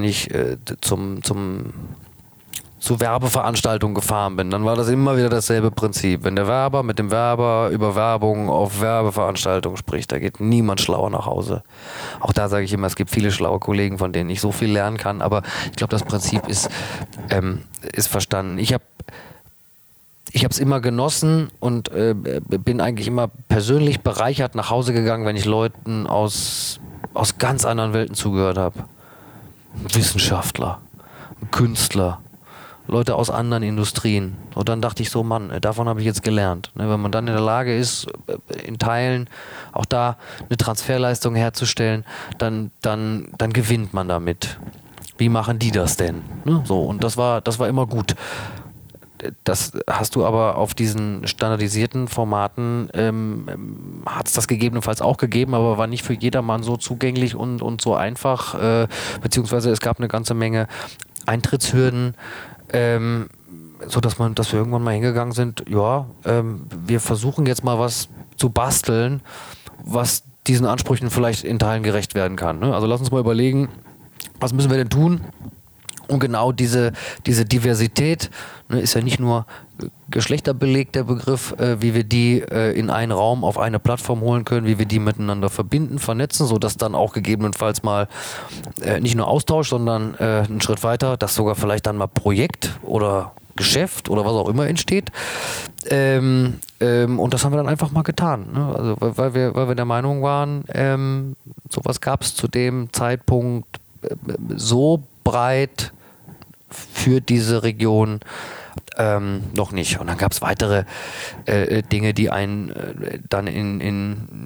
zu Werbeveranstaltungen gefahren bin, dann war das immer wieder dasselbe Prinzip. Wenn der Werber mit dem Werber über Werbung auf Werbeveranstaltungen spricht, da geht niemand schlauer nach Hause. Auch da sage ich immer, es gibt viele schlaue Kollegen, von denen ich so viel lernen kann, aber ich glaube, das Prinzip ist verstanden. Ich habe es immer genossen und bin eigentlich immer persönlich bereichert nach Hause gegangen, wenn ich Leuten aus ganz anderen Welten zugehört habe. Wissenschaftler, Künstler, Leute aus anderen Industrien. Und dann dachte ich so, Mann, davon habe ich jetzt gelernt. Wenn man dann in der Lage ist, in Teilen auch da eine Transferleistung herzustellen, dann gewinnt man damit. Wie machen die das denn? So, und das war immer gut. Das hast du aber auf diesen standardisierten Formaten, hat es das gegebenenfalls auch gegeben, aber war nicht für jedermann so zugänglich und so einfach, beziehungsweise es gab eine ganze Menge Eintrittshürden, so dass wir irgendwann mal hingegangen sind, wir versuchen jetzt mal was zu basteln, was diesen Ansprüchen vielleicht in Teilen gerecht werden kann. Ne? Also lass uns mal überlegen, was müssen wir denn tun? Und genau diese Diversität, ne, ist ja nicht nur geschlechterbelegt, der Begriff, wie wir die in einen Raum auf eine Plattform holen können, wie wir die miteinander verbinden, vernetzen, sodass dann auch gegebenenfalls mal nicht nur Austausch, sondern einen Schritt weiter, dass sogar vielleicht dann mal Projekt oder Geschäft oder was auch immer entsteht. Und das haben wir dann einfach mal getan. Ne? Also weil wir der Meinung waren, sowas gab es zu dem Zeitpunkt so breit für diese Region noch nicht. Und dann gab es weitere Dinge, die einen dann in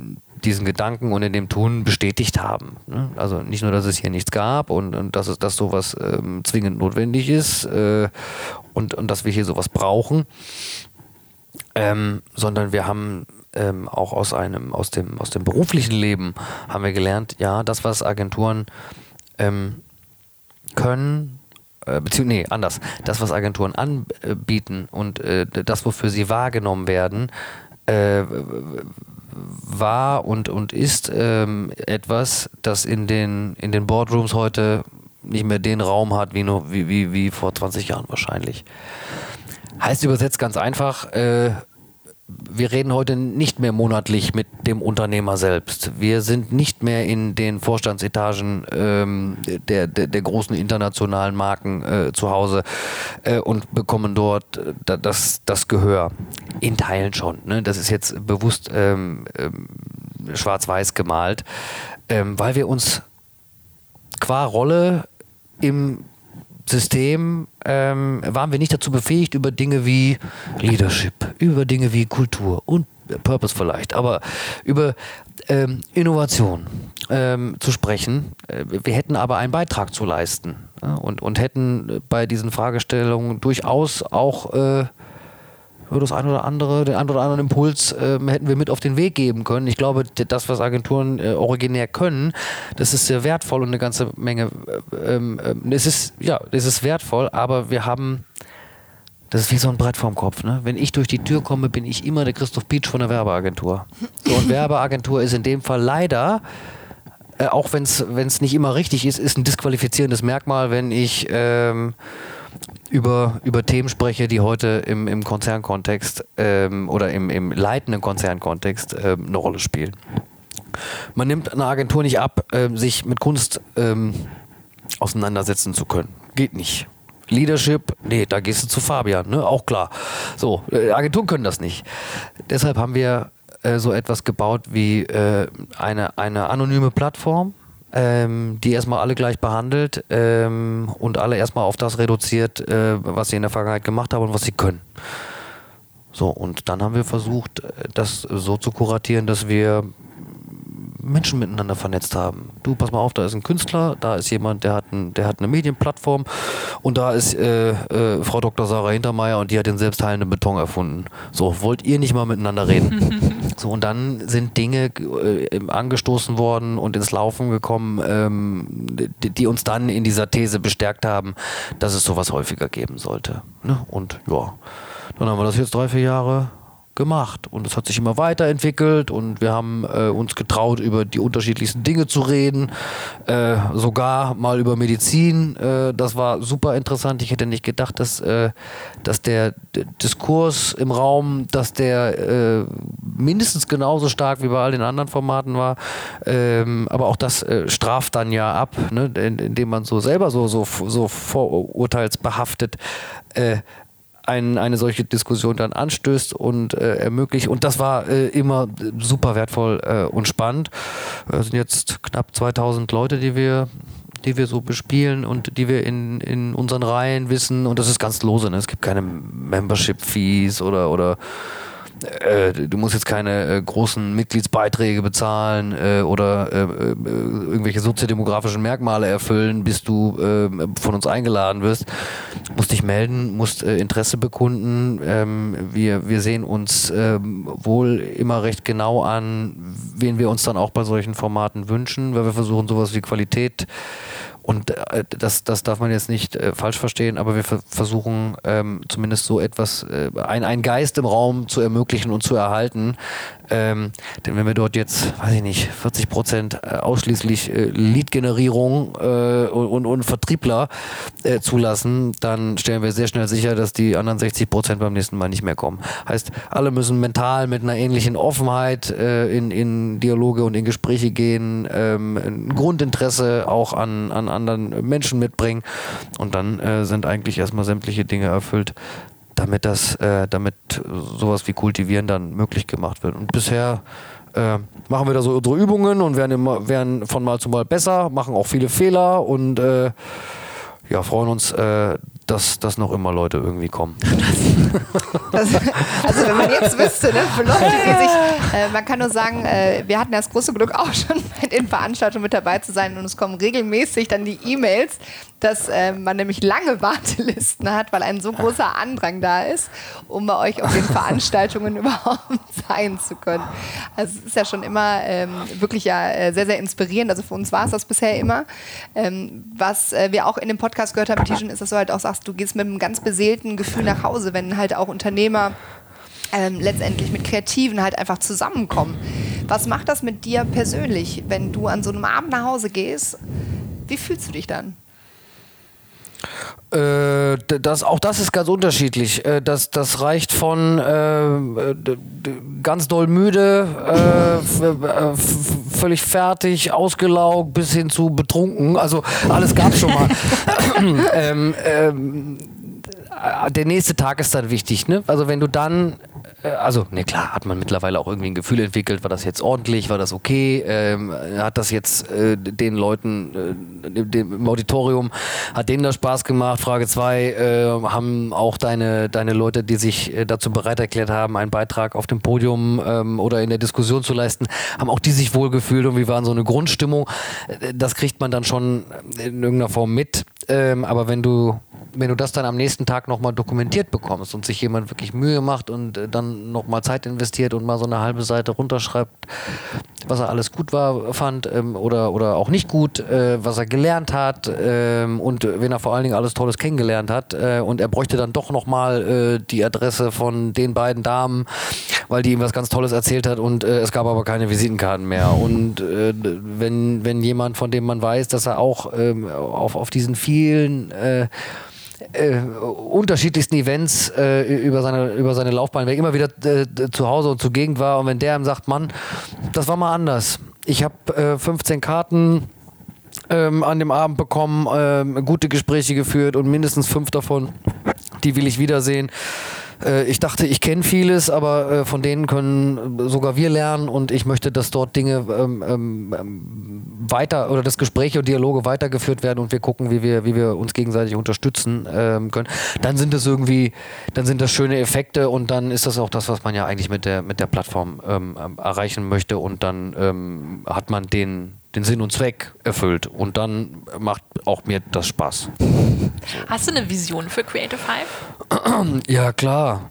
diesen Gedanken und in dem Tun bestätigt haben. Ne? Also nicht nur, dass es hier nichts gab und dass sowas zwingend notwendig ist und dass wir hier sowas brauchen, sondern wir haben auch aus dem beruflichen Leben haben wir gelernt, ja, das, was Agenturen können, anders. Das, was Agenturen anbieten und das, wofür sie wahrgenommen werden, war und ist etwas, das in den Boardrooms heute nicht mehr den Raum hat wie vor 20 Jahren wahrscheinlich. Heißt übersetzt ganz einfach, wir reden heute nicht mehr monatlich mit dem Unternehmer selbst. Wir sind nicht mehr in den Vorstandsetagen der großen internationalen Marken zu Hause und bekommen dort das Gehör. In Teilen schon. Ne? Das ist jetzt bewusst schwarz-weiß gemalt, weil wir uns qua Rolle im System waren wir nicht dazu befähigt, über Dinge wie Leadership, über Dinge wie Kultur und Purpose vielleicht, aber über Innovation zu sprechen. Wir hätten aber einen Beitrag zu leisten und hätten bei diesen Fragestellungen durchaus auch den einen oder anderen Impuls hätten wir mit auf den Weg geben können. Ich glaube, das, was Agenturen originär können, das ist sehr wertvoll und eine ganze Menge. Es ist wertvoll, aber wir haben, das ist wie so ein Brett vorm Kopf. Ne? Wenn ich durch die Tür komme, bin ich immer der Christoph Pietsch von der Werbeagentur. So, und Werbeagentur ist in dem Fall leider, auch wenn es nicht immer richtig ist ein disqualifizierendes Merkmal, wenn ich über Themen spreche, die heute im Konzernkontext oder im leitenden Konzernkontext eine Rolle spielen. Man nimmt einer Agentur nicht ab, sich mit Kunst auseinandersetzen zu können. Geht nicht. Leadership, nee, da gehst du zu Fabian, ne? Auch klar. So, Agenturen können das nicht. Deshalb haben wir so etwas gebaut wie eine anonyme Plattform, die erstmal alle gleich behandelt und alle erstmal auf das reduziert, was sie in der Vergangenheit gemacht haben und was sie können. So, und dann haben wir versucht, das so zu kuratieren, dass wir Menschen miteinander vernetzt haben. Du, pass mal auf, da ist ein Künstler, da ist jemand, der hat eine Medienplattform und da ist Frau Dr. Sarah Hintermeier und die hat den selbstheilenden Beton erfunden. So, wollt ihr nicht mal miteinander reden? So, und dann sind Dinge angestoßen worden und ins Laufen gekommen, die uns dann in dieser These bestärkt haben, dass es sowas häufiger geben sollte. Ne? Und ja, dann haben wir das jetzt 3-4 Jahre gemacht und es hat sich immer weiterentwickelt und wir haben uns getraut, über die unterschiedlichsten Dinge zu reden, sogar mal über Medizin. Das war super interessant. Ich hätte nicht gedacht, dass der Diskurs im Raum, dass der mindestens genauso stark wie bei all den anderen Formaten war, aber auch das straft dann ja ab, ne? Indem man so selber so vorurteilsbehaftet eine solche Diskussion dann anstößt und ermöglicht. Und das war immer super wertvoll und spannend. Es sind jetzt knapp 2000 Leute, die wir so bespielen und die wir in unseren Reihen wissen. Und das ist ganz lose. Ne? Es gibt keine Membership-Fees oder du musst jetzt keine großen Mitgliedsbeiträge bezahlen oder irgendwelche soziodemografischen Merkmale erfüllen, bis du von uns eingeladen wirst. Du musst dich melden, musst Interesse bekunden. Wir sehen uns wohl immer recht genau an, wen wir uns dann auch bei solchen Formaten wünschen, weil wir versuchen, sowas wie Qualität. Und das darf man jetzt nicht falsch verstehen, aber wir versuchen zumindest so etwas, einen Geist im Raum zu ermöglichen und zu erhalten. Denn wenn wir dort jetzt, weiß ich nicht, 40% ausschließlich Lead-Generierung und Vertriebler zulassen, dann stellen wir sehr schnell sicher, dass die anderen 60% beim nächsten Mal nicht mehr kommen. Heißt, alle müssen mental mit einer ähnlichen Offenheit in Dialoge und in Gespräche gehen, ein Grundinteresse auch an anderen Menschen mitbringen und dann sind eigentlich erstmal sämtliche Dinge erfüllt, damit sowas wie Kultivieren dann möglich gemacht wird. Und bisher machen wir da so unsere Übungen und werden von Mal zu Mal besser, machen auch viele Fehler und freuen uns, dass noch immer Leute irgendwie kommen. Also wenn man jetzt wüsste, ne, für Leute, die sich Man kann nur sagen, wir hatten das große Glück auch schon bei den Veranstaltungen mit dabei zu sein und es kommen regelmäßig dann die E-Mails, dass man nämlich lange Wartelisten hat, weil ein so großer Andrang da ist, um bei euch auf den Veranstaltungen überhaupt sein zu können. Also es ist ja schon immer wirklich sehr, sehr inspirierend. Also für uns war es das bisher immer. Was wir auch in dem Podcast gehört haben, Tijan, ist, dass du halt auch sagst, du gehst mit einem ganz beseelten Gefühl nach Hause, wenn halt auch Unternehmer letztendlich mit Kreativen halt einfach zusammenkommen. Was macht das mit dir persönlich, wenn du an so einem Abend nach Hause gehst? Wie fühlst du dich dann? Auch das ist ganz unterschiedlich. Das reicht von ganz doll müde, völlig fertig, ausgelaugt bis hin zu betrunken. Also alles gab es schon mal. Der nächste Tag ist dann wichtig, ne? Also wenn du dann, klar, hat man mittlerweile auch irgendwie ein Gefühl entwickelt, war das jetzt ordentlich, war das okay, hat das jetzt den Leuten im Auditorium, hat denen das Spaß gemacht? Frage 2, haben auch deine Leute, die sich dazu bereit erklärt haben, einen Beitrag auf dem Podium oder in der Diskussion zu leisten, haben auch die sich wohlgefühlt und wie war so eine Grundstimmung? Das kriegt man dann schon in irgendeiner Form mit, aber wenn du das dann am nächsten Tag nochmal dokumentiert bekommst und sich jemand wirklich Mühe macht und dann nochmal Zeit investiert und mal so eine halbe Seite runterschreibt, was er alles gut fand oder auch nicht gut, was er gelernt hat und wenn er vor allen Dingen alles Tolles kennengelernt hat und er bräuchte dann doch nochmal die Adresse von den beiden Damen, weil die ihm was ganz Tolles erzählt hat und es gab aber keine Visitenkarten mehr und wenn jemand, von dem man weiß, dass er auch auf diesen vielen unterschiedlichsten Events über seine Laufbahn weg immer wieder zu Hause und zugegen war und wenn der ihm sagt, Mann, das war mal anders. Ich habe 15 Karten an dem Abend bekommen, gute Gespräche geführt und mindestens 5 davon, die will ich wiedersehen. Ich dachte, ich kenne vieles, aber von denen können sogar wir lernen und ich möchte, dass dort Dinge weiter oder dass Gespräche und Dialoge weitergeführt werden und wir gucken, wie wir uns gegenseitig unterstützen können. Dann sind das schöne Effekte und dann ist das auch das, was man ja eigentlich mit der Plattform erreichen möchte und dann hat man den Sinn und Zweck erfüllt und dann macht auch mir das Spaß. Hast du eine Vision für Creative Five? Ja, klar.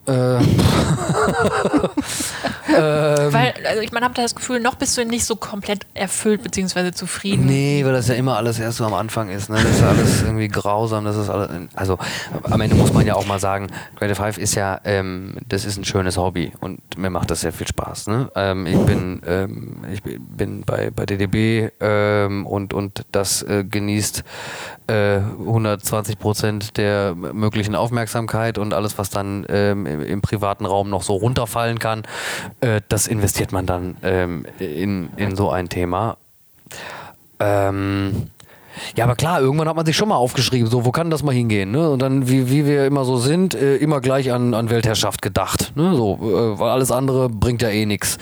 Weil, also ich habe das Gefühl, noch bist du nicht so komplett erfüllt bzw. zufrieden. Nee, weil das ja immer alles erst so am Anfang ist. Ne? Das ist alles irgendwie grausam. Das ist alles, also am Ende muss man ja auch mal sagen, Creative Five ist ja, das ist ein schönes Hobby und mir macht das sehr viel Spaß. Ne? Ich bin bei DDB und das genießt 120% der möglichen Aufmerksamkeit und alles, was dann im privaten Raum noch so runterfallen kann, das investiert man dann in so ein Thema. Ja, aber klar, irgendwann hat man sich schon mal aufgeschrieben, so, wo kann das mal hingehen? Ne? Und dann, wie wir immer so sind, immer gleich an Weltherrschaft gedacht. Ne? So, weil alles andere bringt ja eh nichts.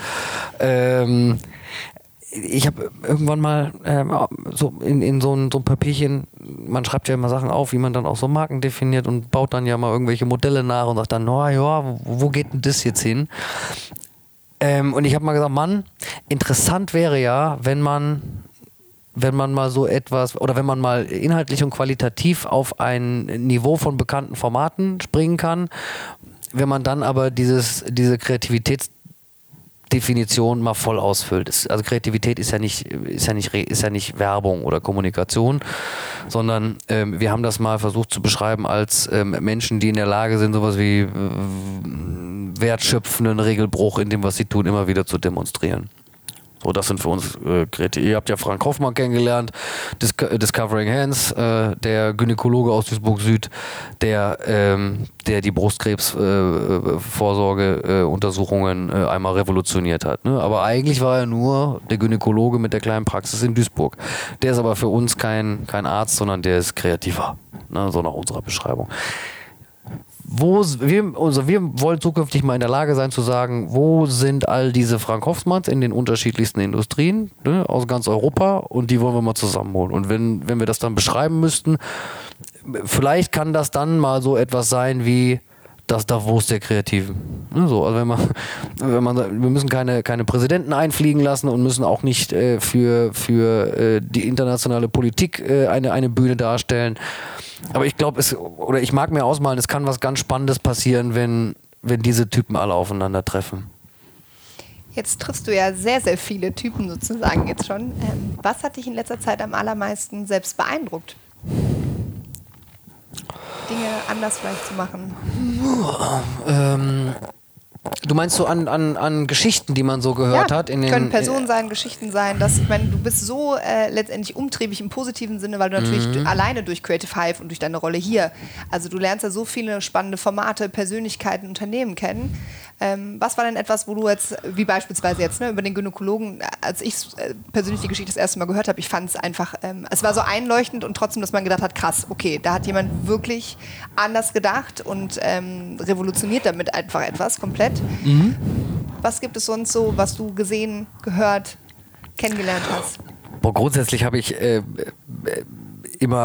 Ich habe irgendwann mal so in so ein Papierchen, man schreibt ja immer Sachen auf, wie man dann auch so Marken definiert und baut dann ja mal irgendwelche Modelle nach und sagt dann, wo geht denn das jetzt hin? Und ich habe mal gesagt, Mann, interessant wäre ja, wenn man mal so etwas oder wenn man mal inhaltlich und qualitativ auf ein Niveau von bekannten Formaten springen kann, wenn man dann aber diese Kreativitätsdefinition mal voll ausfüllt. Also Kreativität ist ja nicht Werbung oder Kommunikation, sondern wir haben das mal versucht zu beschreiben als Menschen, die in der Lage sind, sowas wie wertschöpfenden Regelbruch in dem, was sie tun, immer wieder zu demonstrieren. So, das sind für uns Kreativ. Ihr habt ja Frank Hoffmann kennengelernt, Discovering Hands, der Gynäkologe aus Duisburg-Süd, der die Brustkrebsvorsorgeuntersuchungen einmal revolutioniert hat. Ne? Aber eigentlich war er nur der Gynäkologe mit der kleinen Praxis in Duisburg. Der ist aber für uns kein Arzt, sondern der ist kreativer, ne? So nach unserer Beschreibung. Wir wollen zukünftig mal in der Lage sein zu sagen, wo sind all diese Frank Hoffmanns in den unterschiedlichsten Industrien, ne, aus ganz Europa und die wollen wir mal zusammenholen. Und wenn wir das dann beschreiben müssten, vielleicht kann das dann mal so etwas sein wie das Davos der Kreativen. Ne, so, also wir müssen keine Präsidenten einfliegen lassen und müssen auch nicht für die internationale Politik eine Bühne darstellen. Aber ich glaube, ich mag mir ausmalen, es kann was ganz Spannendes passieren, wenn diese Typen alle aufeinandertreffen. Jetzt triffst du ja sehr, sehr viele Typen sozusagen jetzt schon. Was hat dich in letzter Zeit am allermeisten selbst beeindruckt? Dinge anders vielleicht zu machen? Du meinst so an Geschichten, die man so gehört hat? Können Personen sein, Geschichten sein. Ich meine, du bist so letztendlich umtriebig im positiven Sinne, weil du natürlich alleine durch Creative Hive und durch deine Rolle hier, also du lernst ja so viele spannende Formate, Persönlichkeiten, Unternehmen kennen. Was war denn etwas, wo du jetzt, wie beispielsweise jetzt über den Gynäkologen, als ich persönlich die Geschichte das erste Mal gehört habe, ich fand es einfach, es war so einleuchtend und trotzdem, dass man gedacht hat, krass, okay, da hat jemand wirklich anders gedacht und revolutioniert damit einfach etwas komplett. Mhm. Was gibt es sonst so, was du gesehen, gehört, kennengelernt hast? Grundsätzlich habe ich immer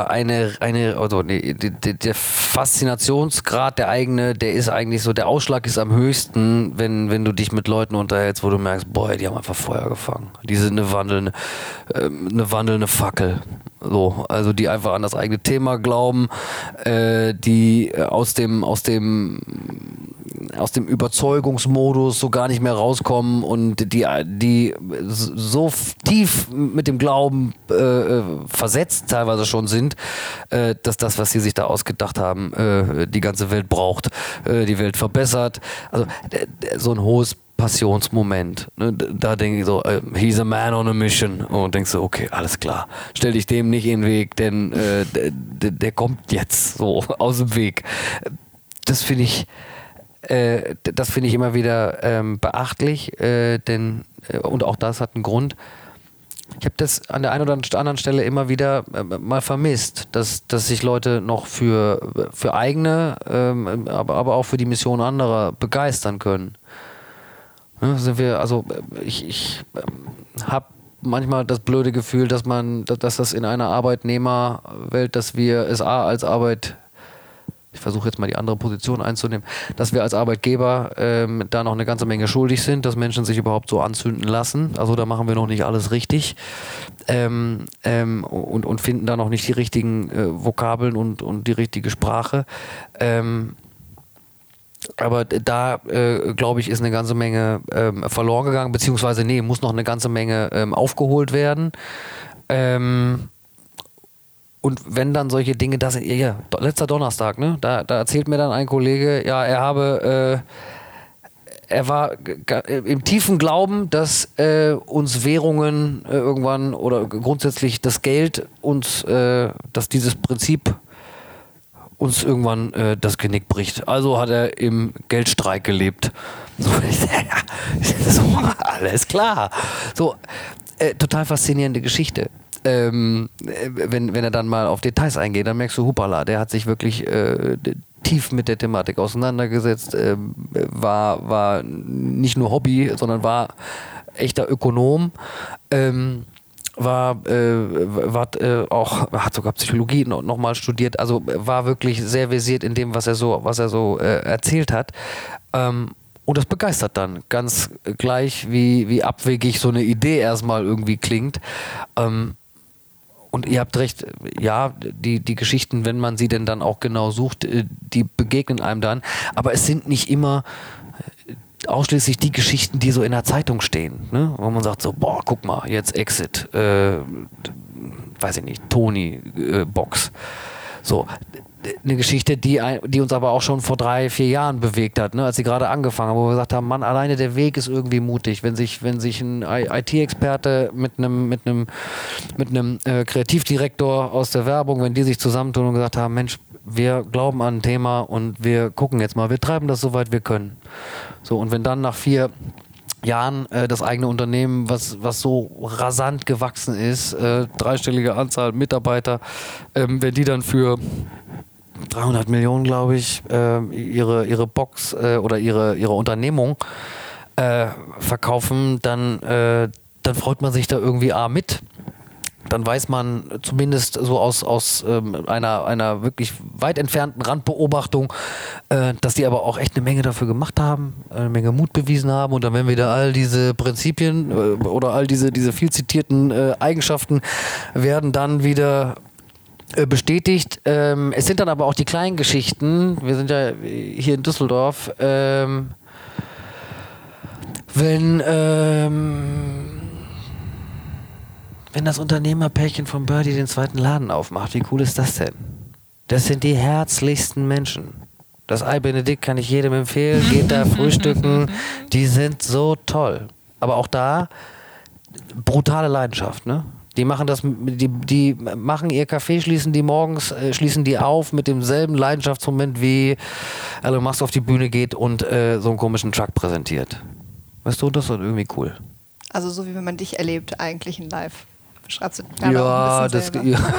der Faszinationsgrad der eigene, der ist eigentlich so, der Ausschlag ist am höchsten, wenn du dich mit Leuten unterhältst, wo du merkst, boah, die haben einfach Feuer gefangen. Die sind eine wandelnde Fackel. So, also die einfach an das eigene Thema glauben, die aus dem Überzeugungsmodus so gar nicht mehr rauskommen und die so tief mit dem Glauben versetzt teilweise schon sind, dass das, was sie sich da ausgedacht haben, die ganze Welt braucht, die Welt verbessert. Also so ein hohes Passionsmoment. Ne? Da denke ich so, he's a man on a mission. Und denkst so, okay, alles klar. Stell dich dem nicht in den Weg, denn der kommt jetzt so aus dem Weg. Das finde ich immer wieder beachtlich, denn und auch das hat einen Grund. Ich habe das an der einen oder anderen Stelle immer wieder mal vermisst, dass sich Leute noch für eigene, aber auch für die Mission anderer begeistern können. Ich habe manchmal das blöde Gefühl, dass das in einer Arbeitnehmerwelt, dass wir es als Arbeit, ich versuche jetzt mal die andere Position einzunehmen, dass wir als Arbeitgeber da noch eine ganze Menge schuldig sind, dass Menschen sich überhaupt so anzünden lassen. Also da machen wir noch nicht alles richtig und finden da noch nicht die richtigen Vokabeln und die richtige Sprache. Aber da, glaube ich, ist eine ganze Menge verloren gegangen, beziehungsweise muss noch eine ganze Menge aufgeholt werden. Und wenn dann solche Dinge, letzter Donnerstag, ne, da erzählt mir dann ein Kollege, ja, er war im tiefen Glauben, dass uns Währungen irgendwann oder grundsätzlich das Geld uns, dass dieses Prinzip uns irgendwann das Genick bricht. Also hat er im Geldstreik gelebt. So, alles klar. So, total faszinierende Geschichte. Wenn er dann mal auf Details eingeht, dann merkst du, hupala, der hat sich wirklich tief mit der Thematik auseinandergesetzt, war nicht nur Hobby, sondern war echter Ökonom, hat sogar Psychologie noch mal studiert, also war wirklich sehr versiert in dem, was er so erzählt hat. Und das begeistert dann, ganz gleich, wie abwegig so eine Idee erstmal irgendwie klingt. Und ihr habt recht, ja, die Geschichten, wenn man sie denn dann auch genau sucht, die begegnen einem dann. Aber es sind nicht immer ausschließlich die Geschichten, die so in der Zeitung stehen, ne? Wo man sagt so, boah, guck mal, jetzt Exit, weiß ich nicht, Tony Box. So, eine Geschichte, die uns aber auch schon vor 3-4 Jahren bewegt hat, ne? Als sie gerade angefangen haben, wo wir gesagt haben, Mann, alleine der Weg ist irgendwie mutig, wenn sich ein IT-Experte mit einem Kreativdirektor aus der Werbung, wenn die sich zusammentun und gesagt haben, Mensch, wir glauben an ein Thema und wir gucken jetzt mal, wir treiben das soweit wir können. So, und wenn dann nach 4 Jahren das eigene Unternehmen, was so rasant gewachsen ist, 3-stellige Anzahl Mitarbeiter, wenn die dann für 300 Millionen, glaube ich, ihre Box oder ihre Unternehmung verkaufen, dann freut man sich da irgendwie mit. dann weiß man zumindest so aus einer wirklich weit entfernten Randbeobachtung, dass die aber auch echt eine Menge dafür gemacht haben, eine Menge Mut bewiesen haben, und dann werden wieder all diese Prinzipien oder all diese viel zitierten Eigenschaften werden dann wieder bestätigt. Es sind dann aber auch die kleinen Geschichten. Wir sind ja hier in Düsseldorf. Wenn das Unternehmerpärchen von Birdie den zweiten Laden aufmacht, wie cool ist das denn? Das sind die herzlichsten Menschen. Das Ei Benedikt kann ich jedem empfehlen. Geht da frühstücken. Die sind so toll. Aber auch da brutale Leidenschaft, ne? Die machen das, die machen ihr Café, schließen die auf mit demselben Leidenschaftsmoment, wie Elon Musk auf die Bühne geht und so einen komischen Truck präsentiert. Weißt du, das ist irgendwie cool. Also so wie wenn man dich erlebt, eigentlich in Live. Schreibst du ja, das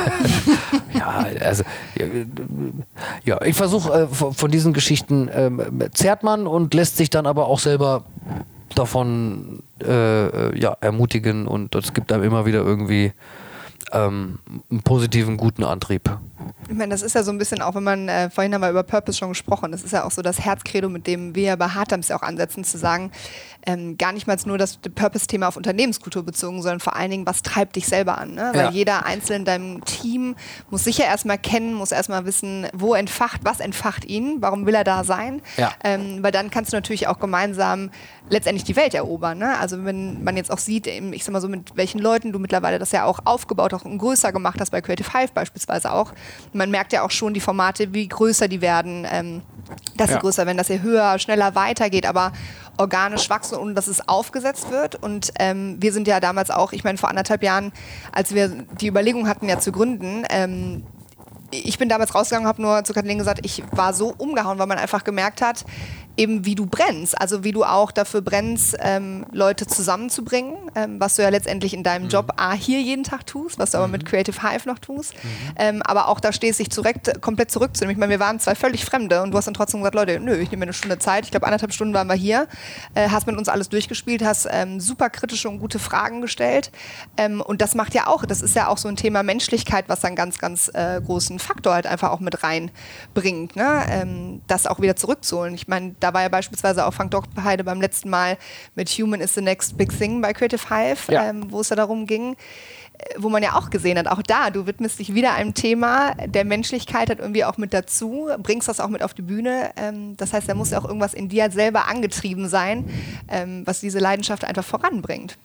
ja, ich versuche von diesen Geschichten zehrt man und lässt sich dann aber auch selber davon ermutigen, und es gibt einem immer wieder irgendwie einen positiven, guten Antrieb. Ich meine, das ist ja so ein bisschen auch, wenn man, vorhin haben wir über Purpose schon gesprochen, das ist ja auch so das Herzcredo, mit dem wir bei Hard Times ja auch ansetzen, zu sagen, gar nicht mal nur das Purpose-Thema auf Unternehmenskultur bezogen, sondern vor allen Dingen, was treibt dich selber an? Ne? Weil jeder Einzelne in deinem Team muss sich ja erstmal kennen, muss erstmal wissen, was entfacht ihn, warum will er da sein? Ja. Weil dann kannst du natürlich auch gemeinsam letztendlich die Welt erobern. Ne? Also wenn man jetzt auch sieht, ich sag mal so, mit welchen Leuten du mittlerweile das ja auch aufgebaut hast und größer gemacht hast, bei Creative Hive beispielsweise auch. Man merkt ja auch schon die Formate, wie größer die werden, dass sie größer werden, dass sie höher, schneller weitergeht, aber organisch wachsen, ohne dass es aufgesetzt wird. Und wir sind ja damals auch, ich meine vor 1,5 Jahren, als wir die Überlegung hatten, ja zu gründen, ich bin damals rausgegangen und habe nur zu Kathleen gesagt, ich war so umgehauen, weil man einfach gemerkt hat, eben wie du brennst, also wie du auch dafür brennst, Leute zusammenzubringen, was du ja letztendlich in deinem Job hier jeden Tag tust, was du aber mit Creative Hive noch tust, aber auch da stehst, dich komplett zurückzunehmen. Ich meine, wir waren 2 völlig Fremde und du hast dann trotzdem gesagt, Leute, nö, ich nehme mir eine Stunde Zeit, ich glaube 1,5 Stunden waren wir hier, hast mit uns alles durchgespielt, hast super kritische und gute Fragen gestellt, und das macht ja auch, das ist ja auch so ein Thema Menschlichkeit, was dann ganz, ganz großen Faktor halt einfach auch mit reinbringt, ne? Das auch wieder zurückzuholen. Ich meine, da war ja beispielsweise auch Frank Dockheide beim letzten Mal mit Human is the next big thing bei Creative Hive, wo es ja darum ging, wo man ja auch gesehen hat, auch da, du widmest dich wieder einem Thema der Menschlichkeit halt irgendwie auch mit dazu, bringst das auch mit auf die Bühne. Das heißt, da muss ja auch irgendwas in dir selber angetrieben sein, was diese Leidenschaft einfach voranbringt.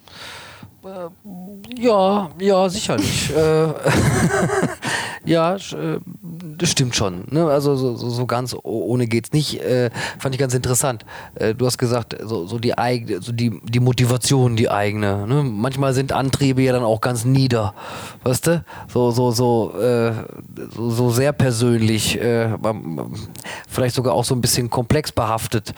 Ja, sicherlich. Ja, das stimmt schon. Ne? Also so ganz ohne geht's nicht. Fand ich ganz interessant. Du hast gesagt, so die Motivation, die eigene. Ne? Manchmal sind Antriebe ja dann auch ganz nieder, weißt du? So sehr persönlich, vielleicht sogar auch so ein bisschen komplex behaftet.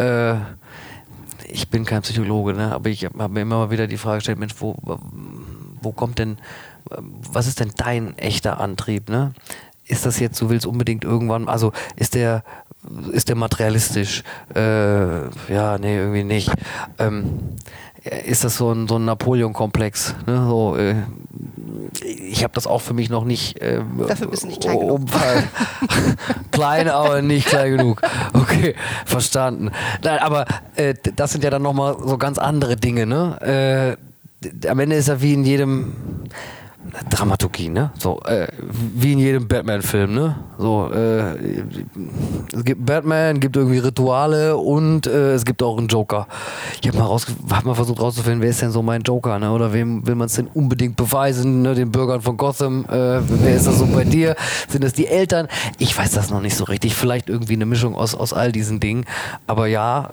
Ich bin kein Psychologe, ne? Aber ich habe mir immer mal wieder die Frage gestellt, Mensch, wo kommt denn, was ist denn dein echter Antrieb, ne? Ist das jetzt, du willst unbedingt irgendwann, also ist der materialistisch? Ja, nee, irgendwie nicht. Ist das so ein Napoleon-Komplex? Ne? So, ich habe das auch für mich noch nicht. Dafür bist du nicht klein genug. Klein, aber nicht klein genug. Okay, verstanden. Nein, aber das sind ja dann nochmal so ganz andere Dinge. Ne? Am Ende ist ja wie in jedem Dramaturgie, ne? So, wie in jedem Batman-Film, ne? So, es gibt Batman, gibt irgendwie Rituale und es gibt auch einen Joker. Ich habe mal versucht rauszufinden, wer ist denn so mein Joker, ne? Oder wem will man es denn unbedingt beweisen, ne? Den Bürgern von Gotham, wer ist das so bei dir? Sind das die Eltern? Ich weiß das noch nicht so richtig. Vielleicht irgendwie eine Mischung aus all diesen Dingen. Aber ja,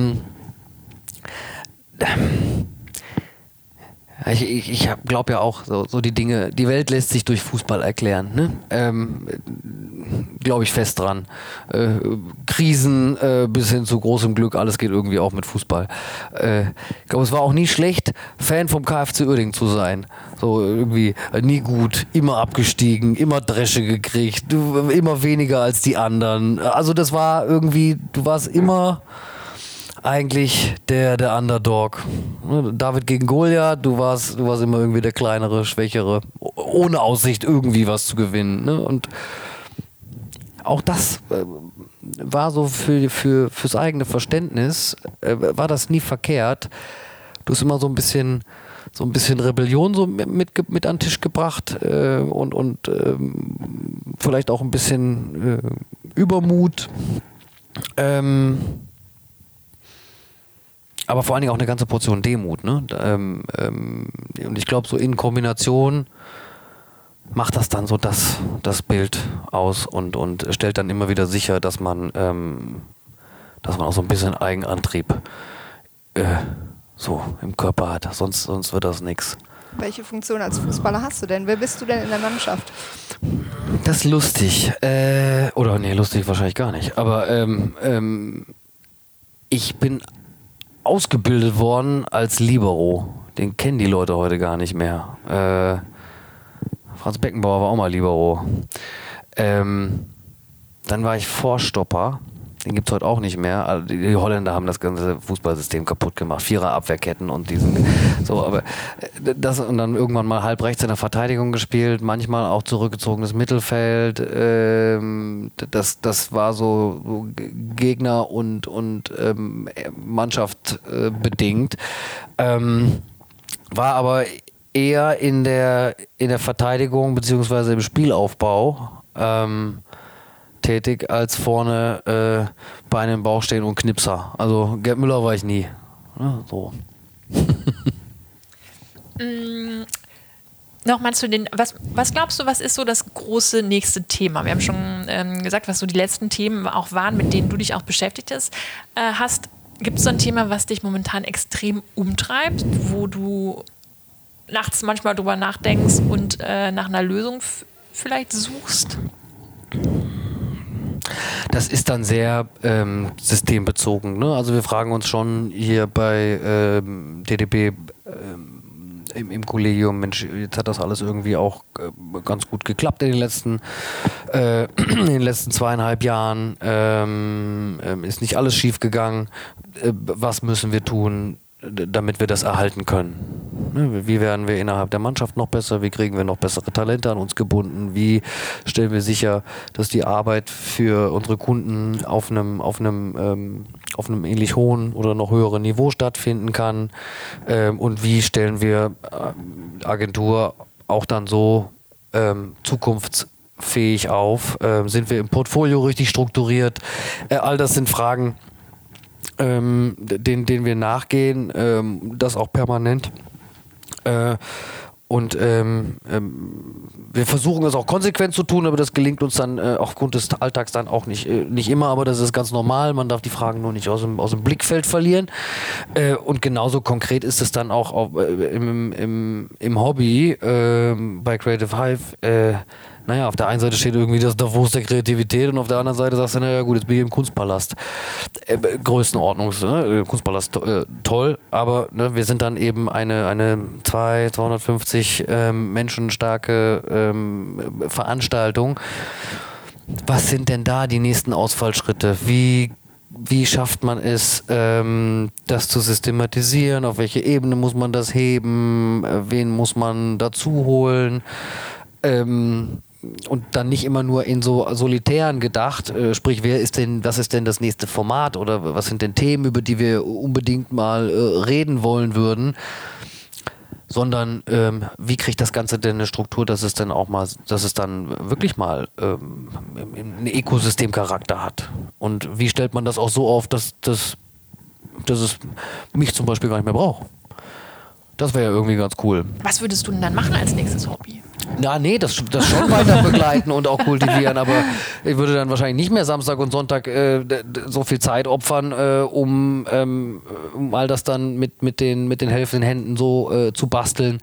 ich glaube ja auch, so die Dinge, die Welt lässt sich durch Fußball erklären. Ne? Glaube ich fest dran. Krisen bis hin zu großem Glück, alles geht irgendwie auch mit Fußball. Ich glaube, es war auch nie schlecht, Fan vom KFC Uerdingen zu sein. So irgendwie nie gut, immer abgestiegen, immer Dresche gekriegt, immer weniger als die anderen. Also das war irgendwie, du warst immer eigentlich der Underdog. David gegen Goliath, du warst immer irgendwie der kleinere, schwächere, ohne Aussicht irgendwie was zu gewinnen. Ne? Und auch das war so fürs eigene Verständnis, war das nie verkehrt. Du hast immer so ein bisschen Rebellion so mit an den Tisch gebracht und vielleicht auch ein bisschen Übermut. Aber vor allen Dingen auch eine ganze Portion Demut. Ne? Und ich glaube, so in Kombination macht das dann so das Bild aus und stellt dann immer wieder sicher, dass man auch so ein bisschen Eigenantrieb so im Körper hat. Sonst wird das nichts. Welche Funktion als Fußballer hast du denn? Wer bist du denn in der Mannschaft? Das ist lustig. Lustig wahrscheinlich gar nicht. Aber ich bin ausgebildet worden als Libero. Den kennen die Leute heute gar nicht mehr. Franz Beckenbauer war auch mal Libero. Dann war ich Vorstopper. Den gibt es heute auch nicht mehr. Also die Holländer haben das ganze Fußballsystem kaputt gemacht. 4er Abwehrketten und aber das und dann irgendwann mal halb rechts in der Verteidigung gespielt, manchmal auch zurückgezogenes Mittelfeld. Das war so Gegner und Mannschaft bedingt. War aber eher in der Verteidigung beziehungsweise im Spielaufbau tätig, als vorne Beine im Bauch stehen und Knipser. Also Gerd Müller war ich nie. Ja, so. Nochmal zu den, was glaubst du, was ist so das große nächste Thema? Wir haben schon gesagt, was so die letzten Themen auch waren, mit denen du dich auch beschäftigt hast. Gibt es so ein Thema, was dich momentan extrem umtreibt, wo du nachts manchmal drüber nachdenkst und nach einer Lösung vielleicht suchst? Das ist dann sehr systembezogen. Ne? Also wir fragen uns schon hier bei DDB im Kollegium, Mensch, jetzt hat das alles irgendwie auch ganz gut geklappt in den letzten 2,5 Jahren. Ist nicht alles schief gegangen. Was müssen wir tun, damit wir das erhalten können? Wie werden wir innerhalb der Mannschaft noch besser? Wie kriegen wir noch bessere Talente an uns gebunden? Wie stellen wir sicher, dass die Arbeit für unsere Kunden auf einem ähnlich hohen oder noch höheren Niveau stattfinden kann? Und wie stellen wir Agentur auch dann so zukunftsfähig auf? Sind wir im Portfolio richtig strukturiert? All das sind Fragen, denen wir nachgehen, das auch permanent. Und wir versuchen es auch konsequent zu tun, aber das gelingt uns dann aufgrund des Alltags dann auch nicht immer, aber das ist ganz normal. Man darf die Fragen nur nicht aus dem Blickfeld verlieren. Und genauso konkret ist es dann auch im Hobby bei Creative Hive. Auf der einen Seite steht irgendwie das Davos der Kreativität und auf der anderen Seite sagst du, naja gut, jetzt bin ich im Kunstpalast. Größenordnung, Kunstpalast toll, aber wir sind dann eben eine 250 Menschen starke Veranstaltung. Was sind denn da die nächsten Ausfallschritte? Wie schafft man es, das zu systematisieren? Auf welche Ebene muss man das heben? Wen muss man dazu holen? Und dann nicht immer nur in so solitären gedacht, sprich, was ist denn das nächste Format oder was sind denn Themen, über die wir unbedingt mal reden wollen würden, sondern wie kriegt das Ganze denn eine Struktur, dass es dann wirklich mal einen Ökosystemcharakter hat? Und wie stellt man das auch so auf, dass es mich zum Beispiel gar nicht mehr braucht? Das wäre ja irgendwie ganz cool. Was würdest du denn dann machen als nächstes Hobby? Das schon weiter begleiten und auch kultivieren, aber ich würde dann wahrscheinlich nicht mehr Samstag und Sonntag so viel Zeit opfern, um all das dann mit den helfenden Händen so zu basteln,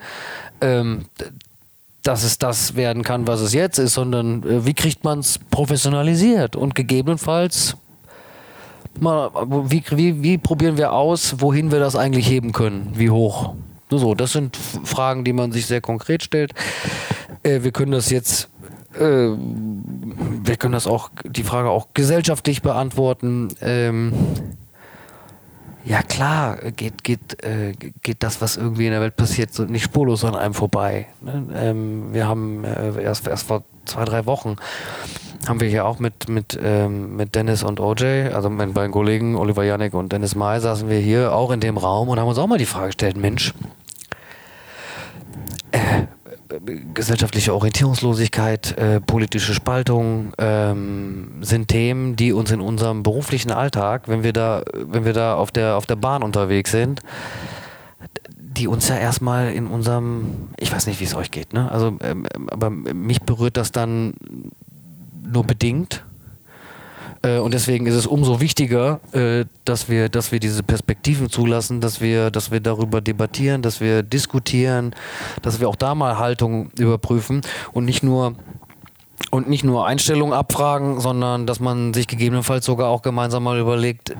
dass es das werden kann, was es jetzt ist, sondern wie kriegt man es professionalisiert und gegebenenfalls mal, wie probieren wir aus, wohin wir das eigentlich heben können, wie hoch. So, das sind Fragen, die man sich sehr konkret stellt. Wir können die Frage auch gesellschaftlich beantworten. Ja klar, geht das, was irgendwie in der Welt passiert, so nicht spurlos an einem vorbei. Ne? Wir haben erst vor 2-3 Wochen haben wir hier auch mit Dennis und OJ, also mit beiden Kollegen Oliver Janek und Dennis May, saßen wir hier auch in dem Raum und haben uns auch mal die Frage gestellt, Mensch, gesellschaftliche Orientierungslosigkeit, politische Spaltung sind Themen, die uns in unserem beruflichen Alltag, wenn wir da auf der Bahn unterwegs sind, die uns ja erstmal in unserem, ich weiß nicht, wie es euch geht, ne? Also, aber mich berührt das dann nur bedingt. Und deswegen ist es umso wichtiger, dass wir diese Perspektiven zulassen, dass wir darüber debattieren, dass wir diskutieren, dass wir auch da mal Haltung überprüfen und nicht nur Einstellungen abfragen, sondern dass man sich gegebenenfalls sogar auch gemeinsam mal überlegt,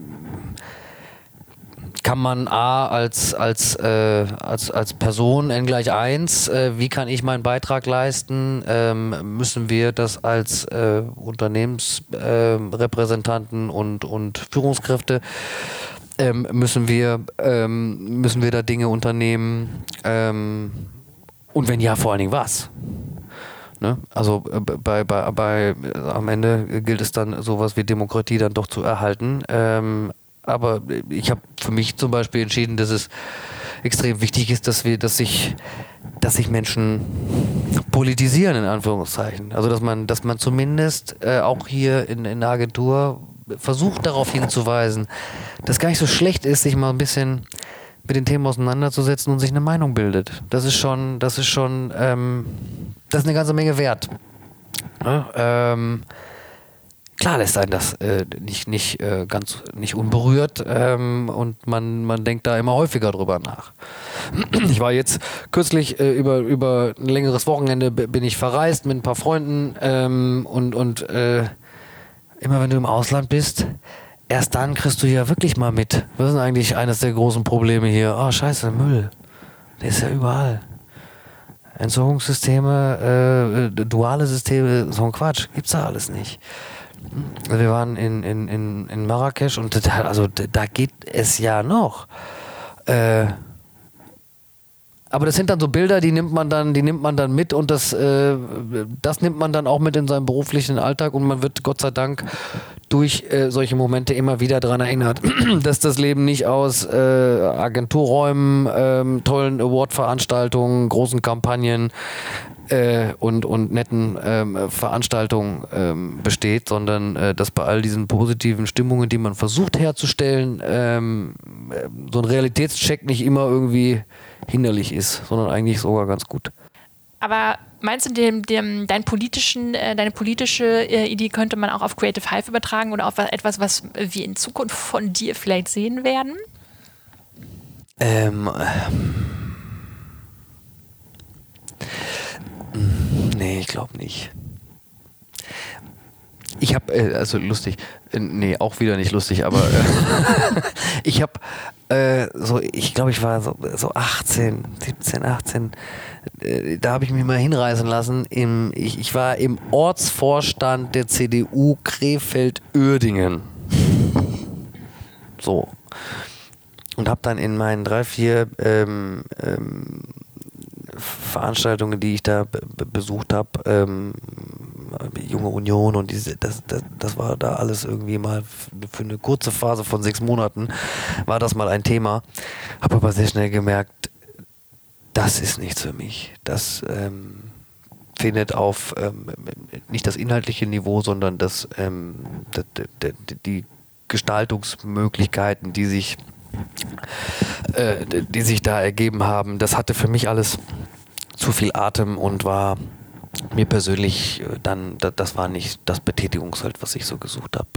kann man A als Person N=1, wie kann ich meinen Beitrag leisten? Müssen wir das als Unternehmensrepräsentanten und Führungskräfte, müssen wir da Dinge unternehmen? Und wenn ja, vor allen Dingen was? Ne? Also am Ende gilt es dann, sowas wie Demokratie dann doch zu erhalten. Aber ich habe für mich zum Beispiel entschieden, dass es extrem wichtig ist, dass sich Menschen politisieren, in Anführungszeichen. Also dass man zumindest auch hier in der Agentur versucht, darauf hinzuweisen, dass gar nicht so schlecht ist, sich mal ein bisschen mit den Themen auseinanderzusetzen und sich eine Meinung bildet. Das ist eine ganze Menge wert. Ja, klar lässt einen das nicht unberührt und man denkt da immer häufiger drüber nach. Ich war jetzt kürzlich über ein längeres Wochenende bin ich verreist mit ein paar Freunden und immer wenn du im Ausland bist, erst dann kriegst du ja wirklich mal mit. Was ist denn eigentlich eines der großen Probleme hier? Oh scheiße, Müll. Der ist ja überall. Entsorgungssysteme, duale Systeme, so ein Quatsch, gibt's da alles nicht. Wir waren in Marrakesch und da geht es ja noch. Aber das sind dann so Bilder, die nimmt man dann mit und das nimmt man dann auch mit in seinen beruflichen Alltag und man wird Gott sei Dank durch solche Momente immer wieder daran erinnert, dass das Leben nicht aus Agenturräumen, tollen Award-Veranstaltungen, großen Kampagnen und netten Veranstaltungen besteht, sondern dass bei all diesen positiven Stimmungen, die man versucht herzustellen, so ein Realitätscheck nicht immer irgendwie hinderlich ist, sondern eigentlich sogar ganz gut. Aber meinst du, deine politische Idee könnte man auch auf Creative Hive übertragen oder auf etwas, was wir in Zukunft von dir vielleicht sehen werden? Nee, ich glaube nicht. Ich habe, lustig, nee, auch wieder nicht lustig, aber ich habe ich glaube, ich war so 17, 18, da habe ich mich mal hinreißen lassen. Ich war im Ortsvorstand der CDU Krefeld-Uerdingen. So. Und habe dann in meinen 3-4 Veranstaltungen, die ich da besucht habe, Junge Union und das war da alles irgendwie mal für eine kurze Phase von 6 Monaten war das mal ein Thema. Habe aber sehr schnell gemerkt, das ist nichts für mich. Das findet auf nicht das inhaltliche Niveau, sondern die Gestaltungsmöglichkeiten, die sich da ergeben haben, das hatte für mich alles zu viel Atem und war mir persönlich dann, das war nicht das Betätigungsfeld, was ich so gesucht habe.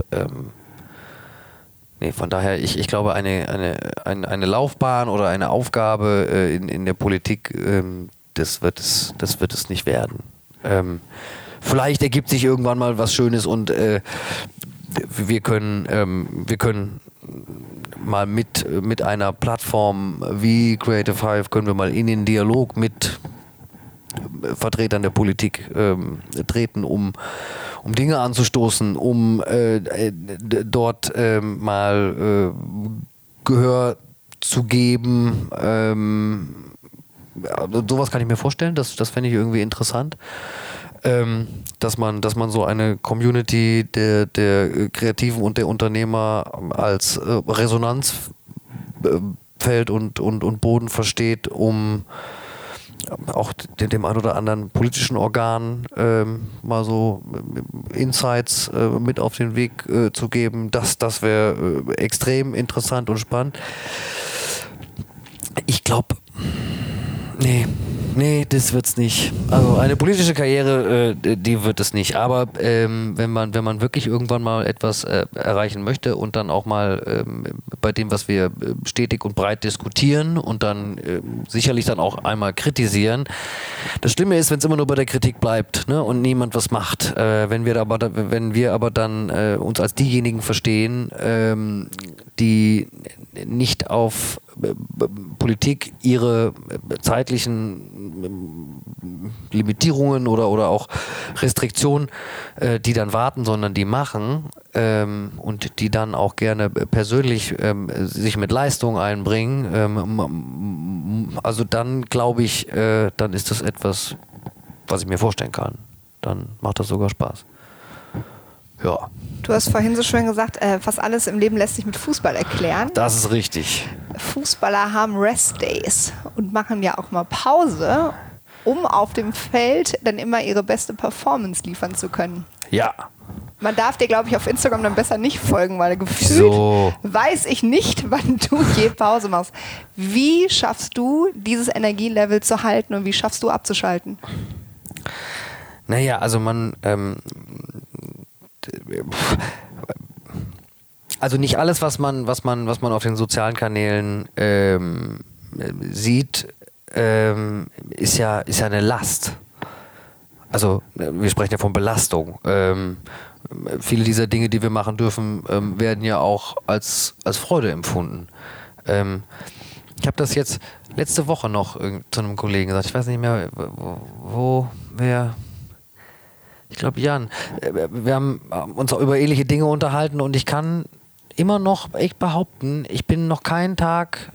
Nee, von daher, ich glaube, eine Laufbahn oder eine Aufgabe in der Politik, das wird es nicht werden. Vielleicht ergibt sich irgendwann mal was Schönes und wir können mal mit einer Plattform wie Creative Hive können wir mal in den Dialog mit Vertretern der Politik treten, um Dinge anzustoßen, um dort mal Gehör zu geben. Sowas kann ich mir vorstellen, das fände ich irgendwie interessant. Dass man so eine Community der Kreativen und der Unternehmer als Resonanzfeld und Boden versteht, um auch dem ein oder anderen politischen Organ mal so Insights mit auf den Weg zu geben. Das wäre extrem interessant und spannend. Ich glaube, nee, das wird's nicht. Also eine politische Karriere, die wird es nicht. Aber wenn man wirklich irgendwann mal etwas erreichen möchte und dann auch mal bei dem, was wir stetig und breit diskutieren und dann sicherlich dann auch einmal kritisieren. Das Schlimme ist, wenn es immer nur bei der Kritik bleibt, ne, und niemand was macht. Wenn wir aber dann uns als diejenigen verstehen, die nicht auf Politik ihre zeitlichen Limitierungen oder auch Restriktionen, die dann warten, sondern die machen und die dann auch gerne persönlich sich mit Leistung einbringen, also dann glaube ich, dann ist das etwas, was ich mir vorstellen kann. Dann macht das sogar Spaß. Ja. Du hast vorhin so schön gesagt, fast alles im Leben lässt sich mit Fußball erklären. Das ist richtig. Fußballer haben Rest-Days und machen ja auch mal Pause, um auf dem Feld dann immer ihre beste Performance liefern zu können. Ja. Man darf dir, glaube ich, auf Instagram dann besser nicht folgen, weil gefühlt weiß ich nicht, wann du je Pause machst. Wie schaffst du, dieses Energielevel zu halten und wie schaffst du abzuschalten? Naja, also also nicht alles, was man auf den sozialen Kanälen sieht, ist ja eine Last. Also wir sprechen ja von Belastung. Viele dieser Dinge, die wir machen dürfen, werden ja auch als Freude empfunden. Ich habe das jetzt letzte Woche noch zu einem Kollegen gesagt, ich weiß nicht mehr, wer... Ich glaube, Jan. Wir haben uns auch über ähnliche Dinge unterhalten und ich kann immer noch echt behaupten, ich bin noch keinen Tag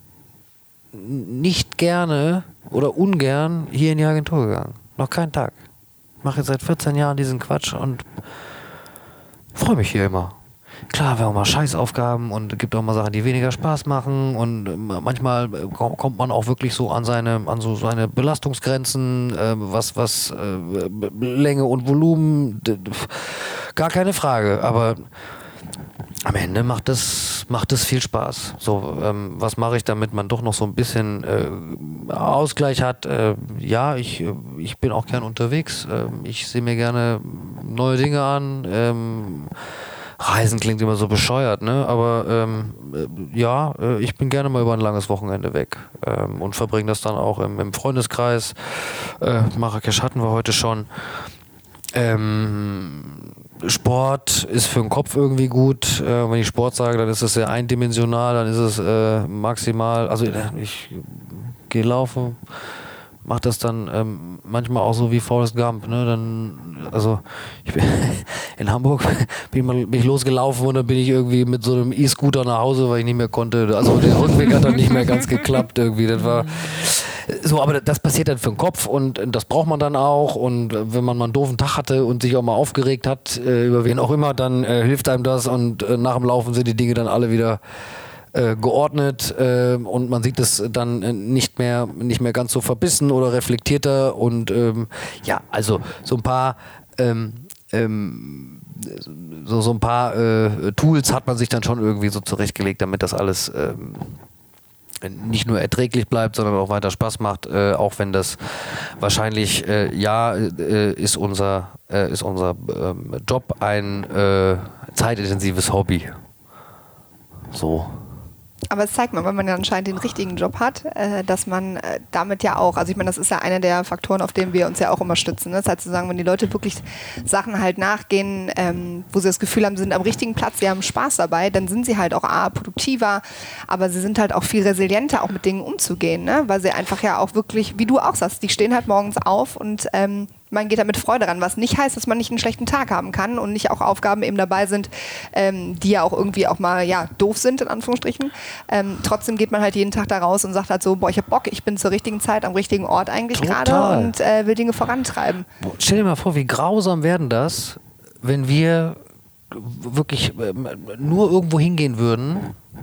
nicht gerne oder ungern hier in die Agentur gegangen. Noch keinen Tag. Ich mache jetzt seit 14 Jahren diesen Quatsch und freue mich hier immer. Klar, wir haben auch mal Scheißaufgaben und es gibt auch mal Sachen, die weniger Spaß machen und manchmal kommt man auch wirklich so an seine Belastungsgrenzen, was Länge und Volumen, gar keine Frage, aber am Ende macht es viel Spaß. So, was mache ich, damit man doch noch so ein bisschen Ausgleich hat? Ja, ich bin auch gern unterwegs, ich sehe mir gerne neue Dinge an, Reisen klingt immer so bescheuert, ne? Aber ja, ich bin gerne mal über ein langes Wochenende weg und verbringe das dann auch im Freundeskreis. Marrakesch hatten wir heute schon. Sport ist für den Kopf irgendwie gut. Wenn ich Sport sage, dann ist es sehr eindimensional, dann ist es maximal. Also ich gehe laufen. Macht das dann manchmal auch so wie Forrest Gump, ne? Also ich bin in Hamburg bin ich losgelaufen und dann bin ich irgendwie mit so einem E-Scooter nach Hause, weil ich nicht mehr konnte. Also der Rückweg hat dann nicht mehr ganz geklappt irgendwie. Das war so, aber das passiert dann für den Kopf und das braucht man dann auch. Und wenn man mal einen doofen Tag hatte und sich auch mal aufgeregt hat, über wen auch immer, dann hilft einem das und nach dem Laufen sind die Dinge dann alle wieder geordnet und man sieht es dann nicht mehr ganz so verbissen oder reflektierter und ja, also so ein paar Tools hat man sich dann schon irgendwie so zurechtgelegt, damit das alles nicht nur erträglich bleibt, sondern auch weiter Spaß macht, auch wenn das wahrscheinlich ist unser Job ein zeitintensives Hobby. So. Aber es zeigt mal, wenn man ja anscheinend den richtigen Job hat, dass man damit ja auch, also ich meine, das ist ja einer der Faktoren, auf denen wir uns ja auch immer stützen. Ne? Das heißt zu sagen, wenn die Leute wirklich Sachen halt nachgehen, wo sie das Gefühl haben, sie sind am richtigen Platz, sie haben Spaß dabei, dann sind sie halt auch produktiver, aber sie sind halt auch viel resilienter, auch mit Dingen umzugehen, ne? Weil sie einfach ja auch wirklich, wie du auch sagst, die stehen halt morgens auf und man geht da mit Freude ran, was nicht heißt, dass man nicht einen schlechten Tag haben kann und nicht auch Aufgaben eben dabei sind, die ja auch irgendwie auch mal doof sind, in Anführungsstrichen. Trotzdem geht man halt jeden Tag da raus und sagt halt so, boah, ich hab Bock, ich bin zur richtigen Zeit am richtigen Ort eigentlich gerade und will Dinge vorantreiben. Stell dir mal vor, wie grausam werden das, wenn wir wirklich nur irgendwo hingehen würden,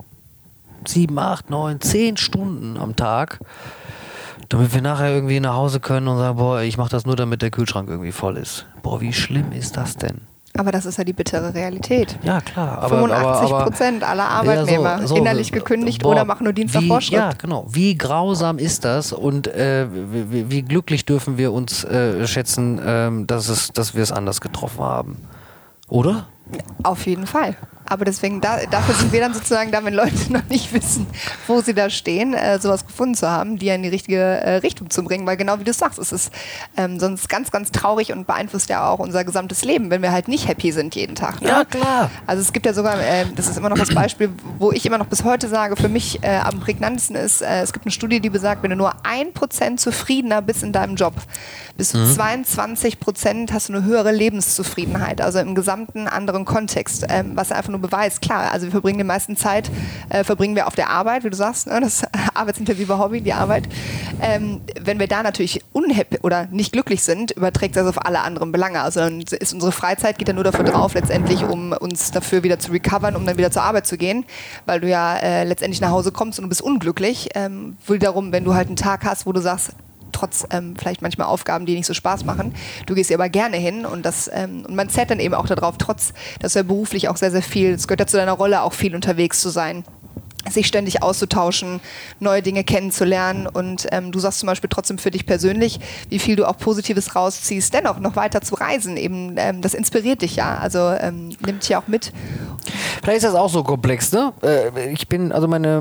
7, 8, 9, 10 Stunden am Tag, damit wir nachher irgendwie nach Hause können und sagen, boah, ich mache das nur, damit der Kühlschrank irgendwie voll ist. Boah, wie schlimm ist das denn? Aber das ist ja die bittere Realität. Ja, klar. 85% aller Arbeitnehmer innerlich gekündigt oder machen nur Dienst nach Vorschrift. Ja, genau. Wie grausam ist das und wie glücklich dürfen wir uns schätzen, dass wir es anders getroffen haben. Oder? Auf jeden Fall. Aber deswegen, dafür sind wir dann sozusagen da, wenn Leute noch nicht wissen, wo sie da stehen, sowas gefunden zu haben, die in die richtige Richtung zu bringen. Weil genau wie du sagst, es ist sonst ganz, ganz traurig und beeinflusst ja auch unser gesamtes Leben, wenn wir halt nicht happy sind jeden Tag. Ne? Ja, klar. Also es gibt ja sogar, das ist immer noch das Beispiel, wo ich immer noch bis heute sage, für mich am prägnantesten ist, es gibt eine Studie, die besagt, wenn du nur 1% zufriedener bist in deinem Job, bis zu 22% hast du eine höhere Lebenszufriedenheit, also im gesamten anderen Kontext, was einfach nur beweist, klar, also wir verbringen die meisten Zeit, verbringen wir auf der Arbeit, wie du sagst, ne, das Arbeitsinterview war Hobby, die Arbeit. Wenn wir da natürlich unhappy oder nicht glücklich sind, überträgt das auf alle anderen Belange. Also dann ist unsere Freizeit, geht dann nur dafür drauf, letztendlich, um uns dafür wieder zu recovern, um dann wieder zur Arbeit zu gehen, weil du ja letztendlich nach Hause kommst und du bist unglücklich. Wiederum, wenn du halt einen Tag hast, wo du sagst, trotz vielleicht manchmal Aufgaben, die nicht so Spaß machen. Du gehst ja aber gerne hin und und man zählt dann eben auch darauf, trotz, dass du ja beruflich auch sehr, sehr viel, es gehört ja zu deiner Rolle auch viel unterwegs zu sein, sich ständig auszutauschen, neue Dinge kennenzulernen und du sagst zum Beispiel trotzdem für dich persönlich, wie viel du auch Positives rausziehst, dennoch noch weiter zu reisen, eben das inspiriert dich ja, also nimmt dich ja auch mit. Vielleicht ist das auch so komplex, ne? Ich bin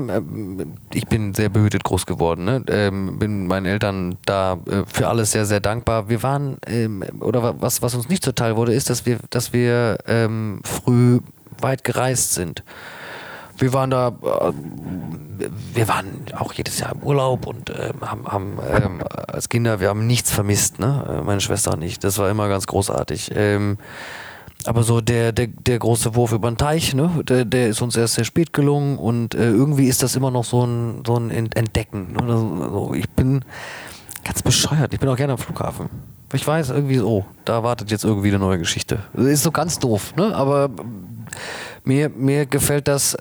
sehr behütet groß geworden, ne? Bin meinen Eltern da für alles sehr, sehr dankbar. Wir waren, oder was uns nicht zuteil wurde, ist, dass wir früh weit gereist sind. Wir waren auch jedes Jahr im Urlaub und haben als Kinder, wir haben nichts vermisst, ne? Meine Schwester nicht. Das war immer ganz großartig. Aber so der große Wurf über den Teich, ne, der ist uns erst sehr spät gelungen und irgendwie ist das immer noch so ein Entdecken. Ne? Also ich bin ganz bescheuert. Ich bin auch gerne am Flughafen. Ich weiß irgendwie so, da wartet jetzt irgendwie eine neue Geschichte. Das ist so ganz doof, ne? Aber mir gefällt das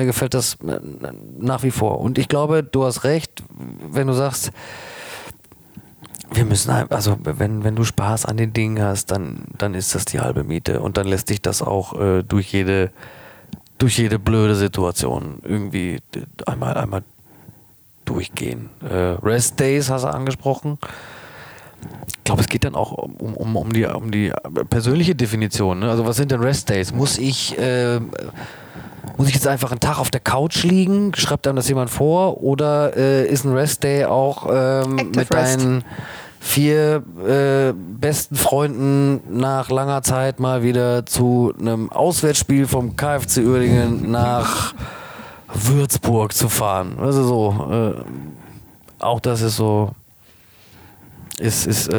nach wie vor. Und ich glaube, du hast recht, wenn du sagst, wir müssen, also wenn du Spaß an den Dingen hast, dann ist das die halbe Miete und dann lässt sich das auch durch jede blöde Situation irgendwie einmal durchgehen. Rest Days hast du angesprochen. Ich glaube, es geht dann auch um die persönliche Definition. Ne? Also was sind denn Rest Days? Muss ich jetzt einfach einen Tag auf der Couch liegen? Schreibt einem das jemand vor? Oder ist ein Rest Day auch mit deinen 4 besten Freunden nach langer Zeit mal wieder zu einem Auswärtsspiel vom KFC Uerdingen nach Würzburg zu fahren? Also so, auch das ist so, ist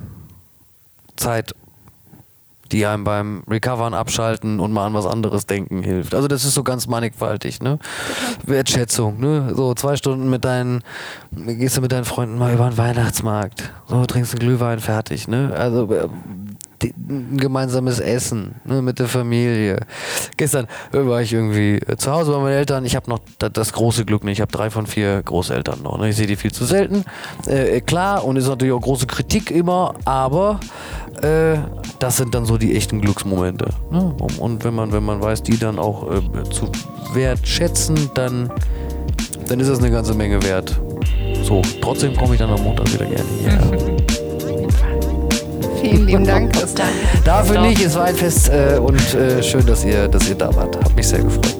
Zeit, die einem beim Recovern, Abschalten und mal an was anderes denken hilft. Also das ist so ganz mannigfaltig, ne? Wertschätzung, ne? So 2 Stunden gehst du mit deinen Freunden mal über den Weihnachtsmarkt, so trinkst einen Glühwein, fertig, ne? Also ein gemeinsames Essen, ne, mit der Familie. Gestern war ich irgendwie zu Hause bei meinen Eltern. Ich habe noch das große Glück nicht. Ich habe 3 von 4 Großeltern noch. Ne? Ich sehe die viel zu selten. Klar, und ist natürlich auch große Kritik immer, aber das sind dann so die echten Glücksmomente. Ne? Und wenn man weiß, die dann auch zu wertschätzen, dann ist das eine ganze Menge wert. So, trotzdem komme ich dann am Montag wieder gerne hierher. Vielen lieben Dank, Christian. Dafür nicht, es war ein Fest und schön, dass ihr da wart. Hat mich sehr gefreut.